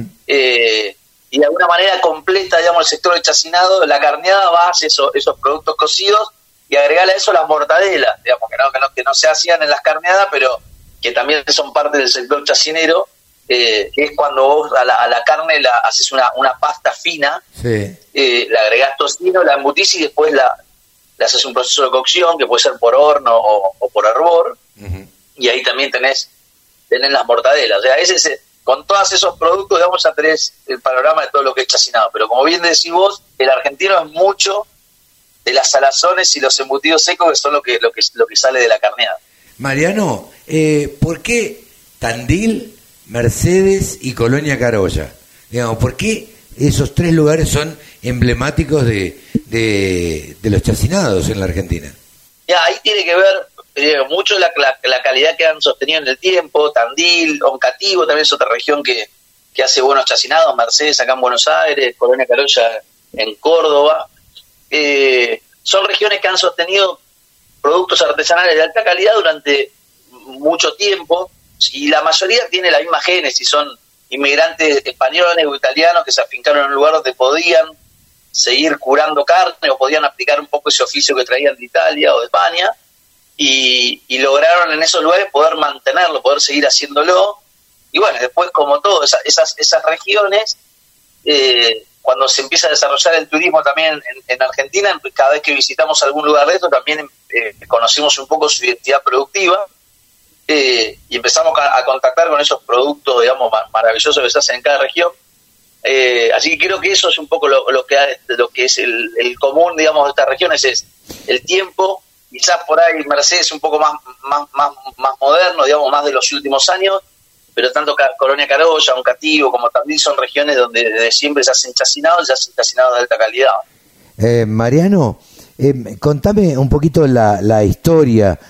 Y de alguna manera completa, digamos, el sector de chacinado. La carneada va a hacer esos productos cocidos y agregarle a eso las mortadelas, digamos, que no se hacían en las carneadas, pero que también son parte del sector chacinero, que es cuando vos a la carne la haces una pasta fina, le agregás tocino, la embutís y después le haces un proceso de cocción, que puede ser por horno o por hervor, y ahí también tenés las mortadelas. O sea, con todos esos productos, digamos, ya tenés el panorama de todo lo que es chacinado. Pero como bien decís vos, el argentino es mucho de las salazones y los embutidos secos, que son lo que sale de la carneada. Mariano, ¿por qué Tandil, Mercedes y Colonia Carolla? Digamos, ¿por qué esos tres lugares son emblemáticos de los chacinados en la Argentina? Ya, ahí tiene que ver mucho la calidad que han sostenido en el tiempo. Tandil, Oncativo también es otra región que hace buenos chacinados, Mercedes acá en Buenos Aires, Colonia Carolla en Córdoba. Son regiones que han sostenido productos artesanales de alta calidad durante mucho tiempo, y la mayoría tiene la misma génesis, son inmigrantes españoles o italianos que se afincaron en un lugar donde podían seguir curando carne o podían aplicar un poco ese oficio que traían de Italia o de España, y lograron en esos lugares poder mantenerlo, poder seguir haciéndolo. Y bueno, después, como todo, esas regiones, cuando se empieza a desarrollar el turismo también en Argentina, cada vez que visitamos algún lugar de esto también conocimos un poco su identidad productiva, y empezamos a contactar con esos productos, digamos, maravillosos que se hacen en cada región. Así que creo que eso es un poco lo que es el común, digamos, de estas regiones, es el tiempo. Quizás por ahí Mercedes un poco más moderno, digamos, más de los últimos años, pero tanto Colonia Carolla, Oncativo como Tandil son regiones donde desde siempre se hacen chacinados de alta calidad. Mariano, contame un poquito la historia,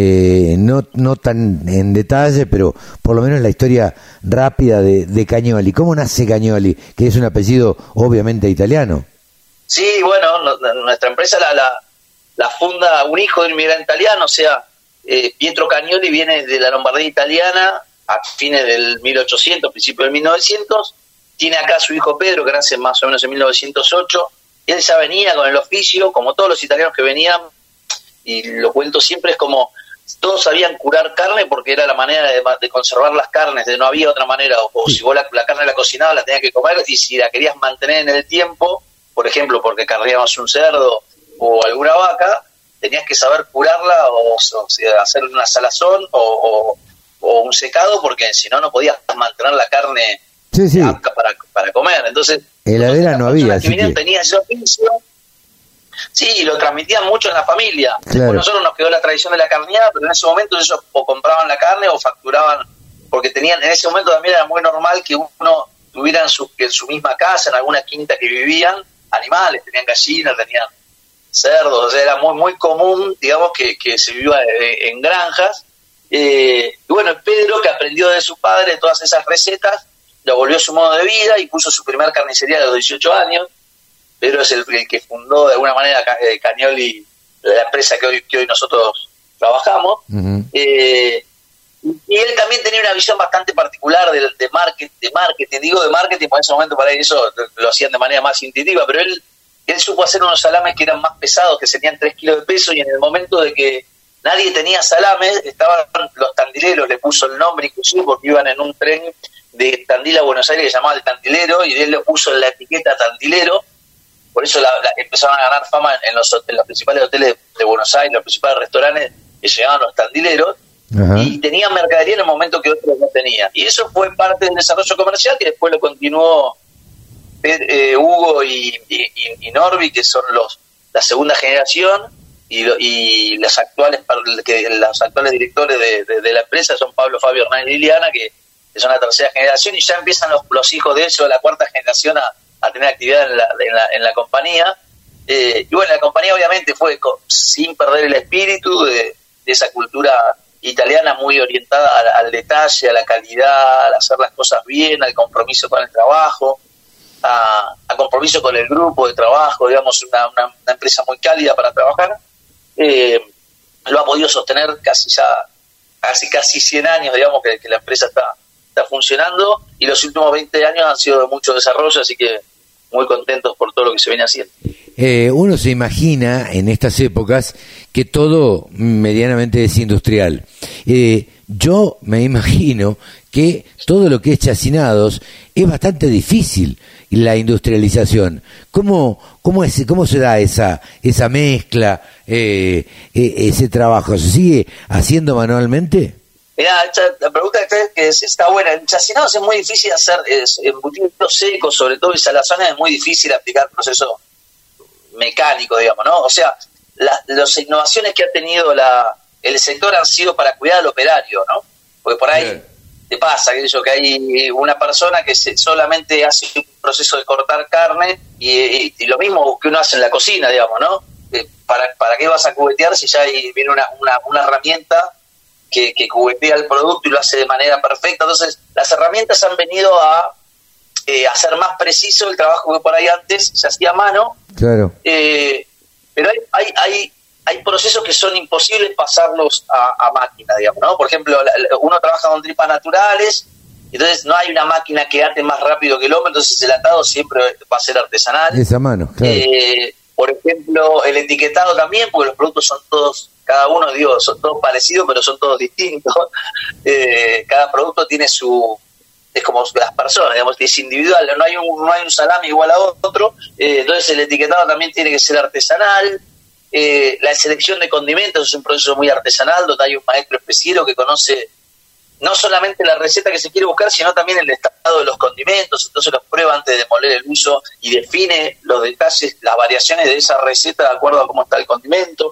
no tan en detalle, pero por lo menos la historia rápida de Cagnoli. ¿Cómo nace Cagnoli? Que es un apellido obviamente italiano. Sí, bueno, nuestra empresa la funda un hijo de un inmigrante italiano, o sea, Pietro Cagnoli viene de la Lombardía italiana a fines del 1800, principios del 1900, tiene acá a su hijo Pedro, que nace más o menos en 1908, y él ya venía con el oficio, como todos los italianos que venían, y lo cuento siempre, es como todos sabían curar carne porque era la manera de conservar las carnes, no había otra manera, o si vos la carne la cocinabas la tenías que comer, y si la querías mantener en el tiempo, por ejemplo, porque carneabas un cerdo o alguna vaca, tenías que saber curarla o hacer una salazón o un secado, porque si no podías mantener la carne apta para comer. Entonces, heladera no había, así que tenía ese oficio, sí, lo transmitían mucho en la familia. Claro. Después nosotros nos quedó la tradición de la carneada, pero en ese momento ellos o compraban la carne o facturaban, porque en ese momento también era muy normal que uno tuviera en su misma casa, en alguna quinta que vivían, animales, tenían gallinas, tenían cerdos, o sea, era muy muy común, digamos, que se viva en granjas. Y bueno, Pedro, que aprendió de su padre todas esas recetas, lo volvió su modo de vida y puso su primer carnicería a los 18 años. Pedro es el que fundó de alguna manera Cagnoli, la empresa que hoy nosotros trabajamos. Y él también tenía una visión bastante particular de marketing, digo de marketing, por ese momento para eso lo hacían de manera más intuitiva, pero él supo hacer unos salames que eran más pesados, que serían 3 kilos de peso, y en el momento de que nadie tenía salames, estaban los tandileros, le puso el nombre inclusive porque iban en un tren de Tandil a Buenos Aires que se llamaba El Tandilero, y él le puso la etiqueta Tandilero, por eso empezaron a ganar fama en los principales hoteles de Buenos Aires, los principales restaurantes que se llamaban Los Tandileros. Ajá. Y tenían mercadería en el momento que otros no tenían, y eso fue parte del desarrollo comercial que después lo continuó Hugo y Norby, que son la segunda generación, y los actuales directores de la empresa son Pablo, Fabio, Hernán y Liliana, que son la tercera generación, y ya empiezan los hijos de ellos, la cuarta generación, a tener actividad en la compañía. Y bueno, la compañía obviamente fue sin perder el espíritu de esa cultura italiana muy orientada al detalle, a la calidad, al hacer las cosas bien, al compromiso con el trabajo, a compromiso con el grupo de trabajo, digamos, una empresa muy cálida para trabajar. Lo ha podido sostener casi 100 años, digamos, que la empresa está funcionando, y los últimos 20 años han sido de mucho desarrollo, así que muy contentos por todo lo que se viene haciendo. Uno se imagina en estas épocas que todo medianamente es industrial. Yo me imagino que todo lo que es chacinados es bastante difícil, la industrialización. ¿Cómo se da esa mezcla, ese trabajo? ¿Se sigue haciendo manualmente? Mirá, la pregunta que está buena. En chacinados es muy difícil hacer embutidos secos, sobre todo en salazones es muy difícil aplicar procesos mecánicos, digamos, ¿no? O sea, las innovaciones que ha tenido el sector han sido para cuidar al operario, ¿no? Porque por ahí te pasa que hay una persona que solamente hace un proceso de cortar carne y lo mismo que uno hace en la cocina, digamos, ¿no? ¿Para qué vas a cubetear si ya viene una herramienta que cubetea el producto y lo hace de manera perfecta? Entonces, las herramientas han venido a hacer más preciso el trabajo que por ahí antes se hacía a mano. Claro. Pero hay procesos que son imposibles pasarlos a máquina, digamos, ¿no? Por ejemplo, uno trabaja con tripas naturales, entonces no hay una máquina que ate más rápido que el hombre, entonces el atado siempre va a ser artesanal. Es a mano, claro. Por ejemplo, el etiquetado también, porque los productos son todos, cada uno, son todos parecidos, pero son todos distintos. Cada producto tiene es como las personas, digamos, es individual, no hay un salami igual a otro, entonces el etiquetado también tiene que ser artesanal. La selección de condimentos es un proceso muy artesanal, donde hay un maestro especiero que conoce no solamente la receta que se quiere buscar, sino también el estado de los condimentos, entonces los prueba antes de moler el uso y define los detalles, las variaciones de esa receta de acuerdo a cómo está el condimento.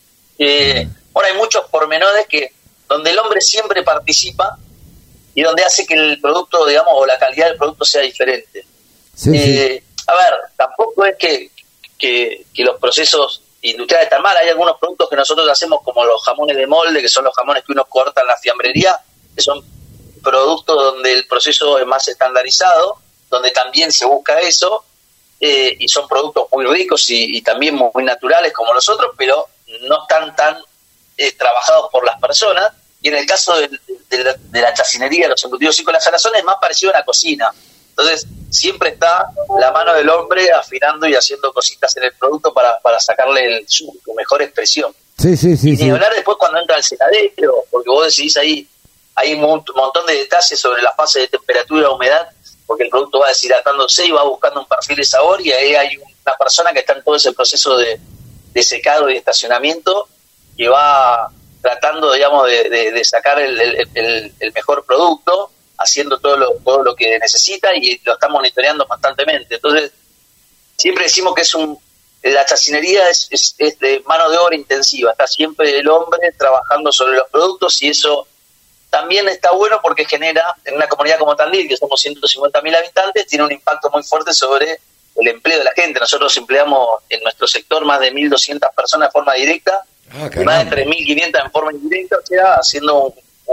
Bueno, hay muchos pormenores donde el hombre siempre participa y donde hace que el producto, digamos, o la calidad del producto sea diferente. Sí. A ver, tampoco es que los procesos industriales están mal. Hay algunos productos que nosotros hacemos, como los jamones de molde, que son los jamones que uno corta en la fiambrería, que son productos donde el proceso es más estandarizado, donde también se busca eso, y son productos muy ricos y también muy naturales como los otros, pero no están tan trabajados por las personas. Y en el caso de la chacinería, los embutidos secos, las salazones, es más parecido a la cocina. Entonces, siempre está la mano del hombre afinando y haciendo cositas en el producto para sacarle su mejor expresión. Sí. Y ni hablar después cuando entra al secadero, porque vos decidís ahí, hay un montón de detalles sobre la fase de temperatura, humedad, porque el producto va deshidratándose y va buscando un perfil de sabor, y ahí hay una persona que está en todo ese proceso de secado y de estacionamiento, que va tratando, digamos, de sacar el mejor producto, haciendo todo lo que necesita, y lo está monitoreando constantemente. Entonces, siempre decimos que la chacinería es de mano de obra intensiva, está siempre el hombre trabajando sobre los productos, y eso también está bueno porque genera, en una comunidad como Tandil, que somos 150.000 habitantes, tiene un impacto muy fuerte sobre el empleo de la gente. Nosotros empleamos en nuestro sector más de 1.200 personas de forma directa, y más de 3.500 en forma indirecta, o sea, haciendo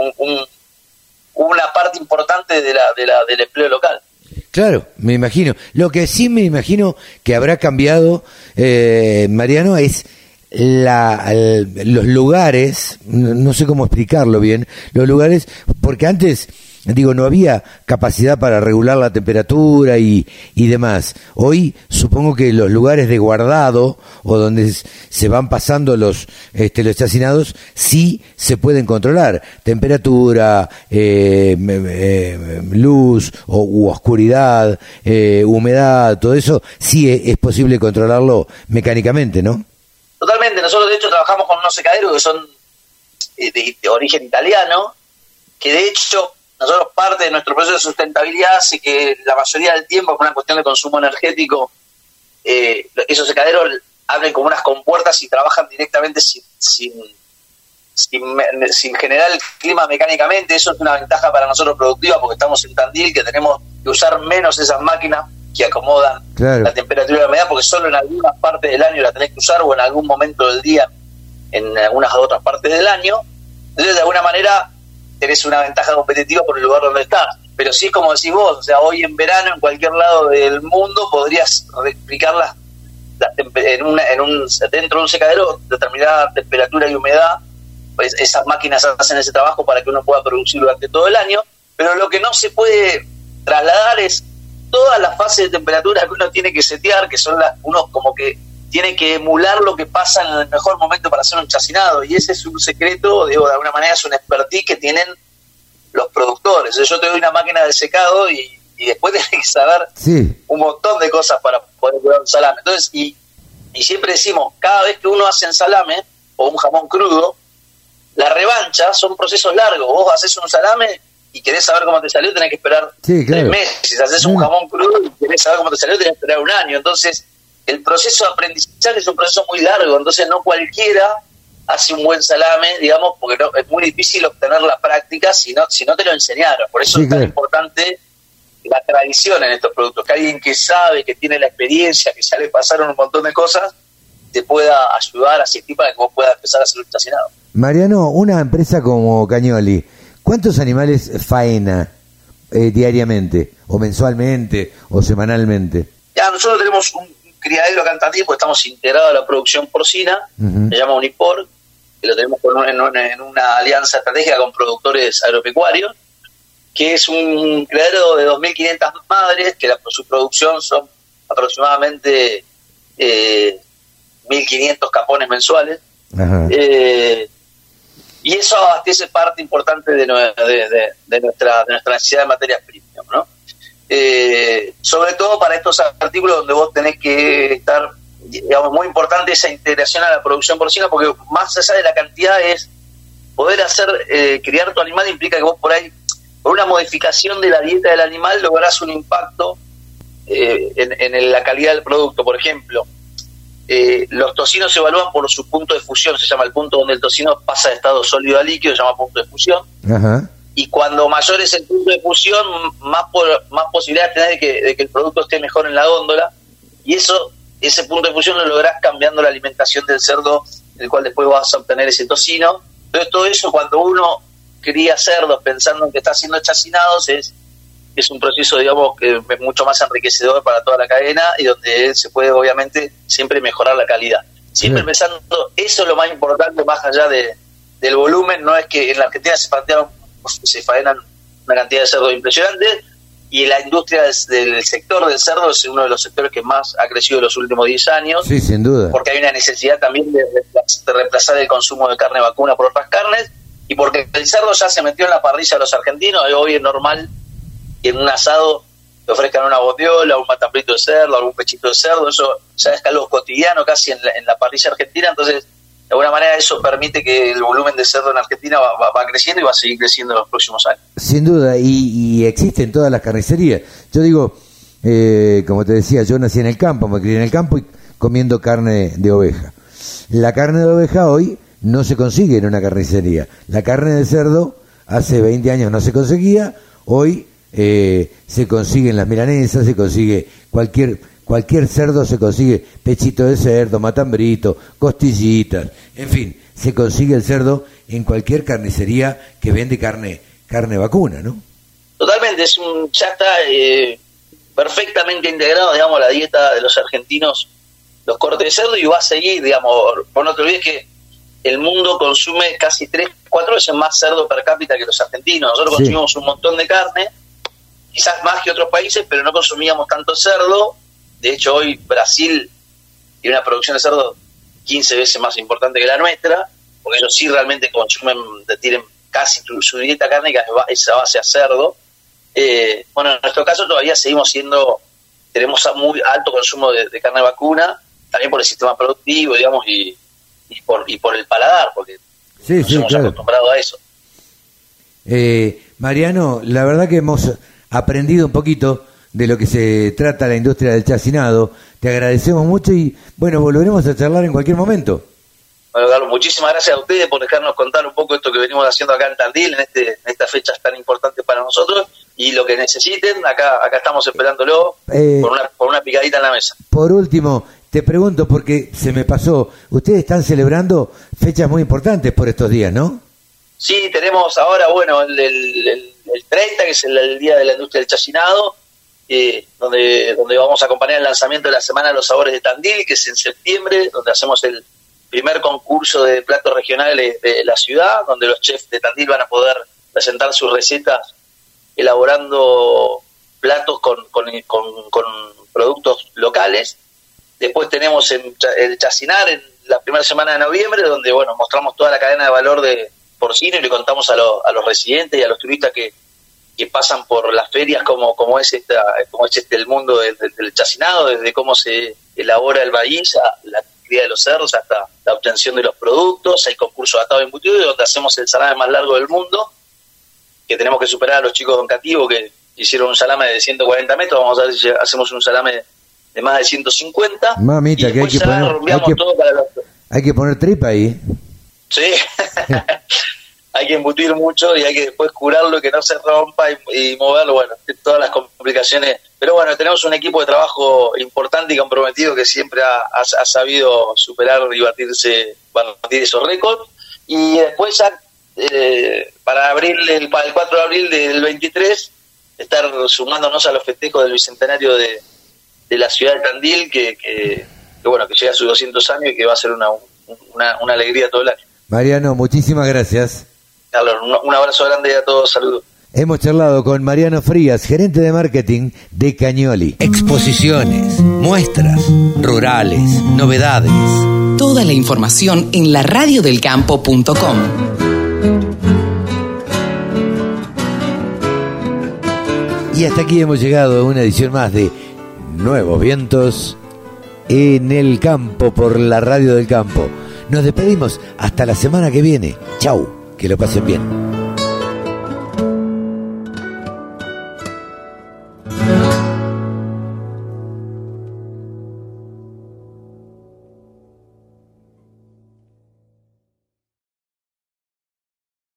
una parte importante del empleo local. Claro, me imagino. Lo que sí me imagino que habrá cambiado, Mariano, es los lugares, no sé cómo explicarlo bien, los lugares, porque antes, no había capacidad para regular la temperatura y demás. Hoy supongo que los lugares de guardado o donde se van pasando los chacinados sí se pueden controlar. Temperatura, luz u oscuridad, humedad, todo eso sí es posible controlarlo mecánicamente, ¿no? Totalmente. Nosotros de hecho trabajamos con unos secaderos que son de origen italiano, que de hecho nosotros, parte de nuestro proceso de sustentabilidad hace que la mayoría del tiempo, por una cuestión de consumo energético, esos secaderos abren como unas compuertas y trabajan directamente sin generar el clima mecánicamente. Eso es una ventaja para nosotros productiva, porque estamos en Tandil, que tenemos que usar menos esas máquinas que acomodan la temperatura y la humedad, porque solo en algunas partes del año la tenés que usar, o en algún momento del día en algunas otras partes del año. Entonces, de alguna manera, tenés una ventaja competitiva por el lugar donde estás. Pero sí, como decís vos, o sea, hoy en verano, en cualquier lado del mundo, podrías replicar dentro de un secadero, determinada temperatura y humedad. Pues esas máquinas hacen ese trabajo para que uno pueda producir durante todo el año, pero lo que no se puede trasladar es todas las fases de temperatura que uno tiene que setear, que son uno como que tiene que emular lo que pasa en el mejor momento para hacer un chacinado, y ese es un secreto, digo, de alguna manera es un expertise que tienen los productores. Yo te doy una máquina de secado y después tenés que saber un montón de cosas para poder cuidar un salame. Entonces, y siempre decimos, cada vez que uno hace un salame o un jamón crudo, la revancha son procesos largos. Vos haces un salame y querés saber cómo te salió, tenés que esperar 3 meses. Si haces un jamón crudo y querés saber cómo te salió, tenés que esperar 1 año. Entonces, el proceso de aprendizaje es un proceso muy largo. Entonces, no cualquiera hace un buen salame, digamos, porque es muy difícil obtener la práctica si no te lo enseñaron. Por eso es tan importante la tradición en estos productos, que alguien que sabe, que tiene la experiencia, que ya le pasaron un montón de cosas, te pueda ayudar a asistir para que vos puedas empezar a hacer un chacinado. Mariano, una empresa como Cañoli, ¿cuántos animales faena diariamente, o mensualmente, o semanalmente? Ya, nosotros tenemos un criadero acá en Tandil, porque estamos integrados a la producción porcina, se llama Unipor, que lo tenemos en una alianza estratégica con productores agropecuarios, que es un criadero de 2.500 madres, que su producción son aproximadamente 1.500 capones mensuales. Y eso abastece parte importante de nuestra necesidad de materias primas, ¿no? Sobre todo para estos artículos donde vos tenés que estar, digamos, muy importante esa integración a la producción porcina, porque más allá de la cantidad es poder criar tu animal implica que vos por ahí, por una modificación de la dieta del animal, lográs un impacto en la calidad del producto. Por ejemplo, los tocinos se evalúan por su punto de fusión, se llama el punto donde el tocino pasa de estado sólido a líquido, se llama punto de fusión. Y cuando mayor es el punto de fusión, más posibilidades tenés de que el producto esté mejor en la góndola, y ese punto de fusión lo lográs cambiando la alimentación del cerdo, el cual después vas a obtener ese tocino. Entonces todo eso, cuando uno cría cerdos pensando en que está haciendo chacinados, es un proceso, digamos, que es mucho más enriquecedor para toda la cadena, y donde se puede obviamente siempre mejorar la calidad. Siempre pensando, eso es lo más importante, más allá del volumen. No es que en la Argentina se faenan una cantidad de cerdos impresionante, y la industria del sector del cerdo es uno de los sectores que más ha crecido en los últimos 10 años. Sí, sin duda. Porque hay una necesidad también de reemplazar el consumo de carne vacuna por otras carnes, y porque el cerdo ya se metió en la parrilla de los argentinos, y hoy es normal que en un asado te ofrezcan una bondiola, un matambrito de cerdo, algún pechito de cerdo. Eso ya es algo cotidiano casi en la parrilla argentina. Entonces, de alguna manera eso permite que el volumen de cerdo en Argentina va creciendo y va a seguir creciendo en los próximos años. Sin duda, y existen todas las carnicerías. Yo digo, como te decía, yo nací en el campo, me crié en el campo y comiendo carne de oveja. La carne de oveja hoy no se consigue en una carnicería. La carne de cerdo hace 20 años no se conseguía, hoy se consiguen las milanesas, se consigue cualquier cerdo, se consigue pechito de cerdo, matambrito, costillitas, en fin, se consigue el cerdo en cualquier carnicería que vende carne vacuna, ¿no? Totalmente, ya está perfectamente integrado, digamos, a la dieta de los argentinos, los cortes de cerdo, y va a seguir, digamos. Vos no te olvides que el mundo consume casi 3-4 veces más cerdo per cápita que los argentinos. Nosotros consumimos un montón de carne, quizás más que otros países, pero no consumíamos tanto cerdo. De hecho, hoy Brasil tiene una producción de cerdo 15 veces más importante que la nuestra, porque ellos sí realmente tienen casi su dieta cárnica es a base a cerdo. Bueno, en nuestro caso todavía tenemos muy alto consumo de carne vacuna, también por el sistema productivo, digamos, y por el paladar, porque nos hemos acostumbrado a eso. Mariano, la verdad que hemos aprendido un poquito de lo que se trata la industria del chacinado. Te agradecemos mucho y, bueno, volveremos a charlar en cualquier momento. Bueno, Carlos, muchísimas gracias a ustedes por dejarnos contar un poco esto que venimos haciendo acá en Tandil, en estas fechas tan importantes para nosotros, y lo que necesiten, acá estamos esperándolo por una picadita en la mesa. Por último, te pregunto, porque se me pasó, ustedes están celebrando fechas muy importantes por estos días, ¿no? Sí, tenemos ahora, bueno, el 30, que es el Día de la Industria del Chacinado, donde vamos a acompañar el lanzamiento de la Semana de los Sabores de Tandil, que es en septiembre, donde hacemos el primer concurso de platos regionales de la ciudad, donde los chefs de Tandil van a poder presentar sus recetas elaborando platos con productos locales. Después tenemos el Chacinar en la primera semana de noviembre, donde bueno, mostramos toda la cadena de valor de porcino y le contamos a los residentes y a los turistas que pasan por las ferias cómo es el mundo del chacinado, desde cómo se elabora el maíz, la cría de los cerdos, hasta la obtención de los productos. Hay concursos de atado embutido, donde hacemos el salame más largo del mundo, que tenemos que superar a los chicos de Oncativo, que hicieron un salame de 140 metros. Vamos a ver si hacemos un salame de más de 150. Mamita, que hay que poner tripa ahí. Sí. Hay que embutir mucho y hay que después curarlo, que no se rompa y moverlo, bueno, todas las complicaciones. Pero bueno, tenemos un equipo de trabajo importante y comprometido que siempre ha sabido superar y batir esos récords. Y después ya, para el 4 de abril del 23, estar sumándonos a los festejos del bicentenario de la ciudad de Tandil, que bueno, que llega a sus 200 años y que va a ser una alegría todo el año. Mariano, muchísimas gracias. Carlos, un abrazo grande a todos, saludos. Hemos charlado con Mariano Frías, gerente de marketing de Cañoli. Exposiciones, muestras, rurales, novedades. Toda la información en laradiodelcampo.com. Y hasta aquí hemos llegado a una edición más de Nuevos Vientos en el Campo por la Radio del Campo. Nos despedimos hasta la semana que viene. Chau, que lo pasen bien.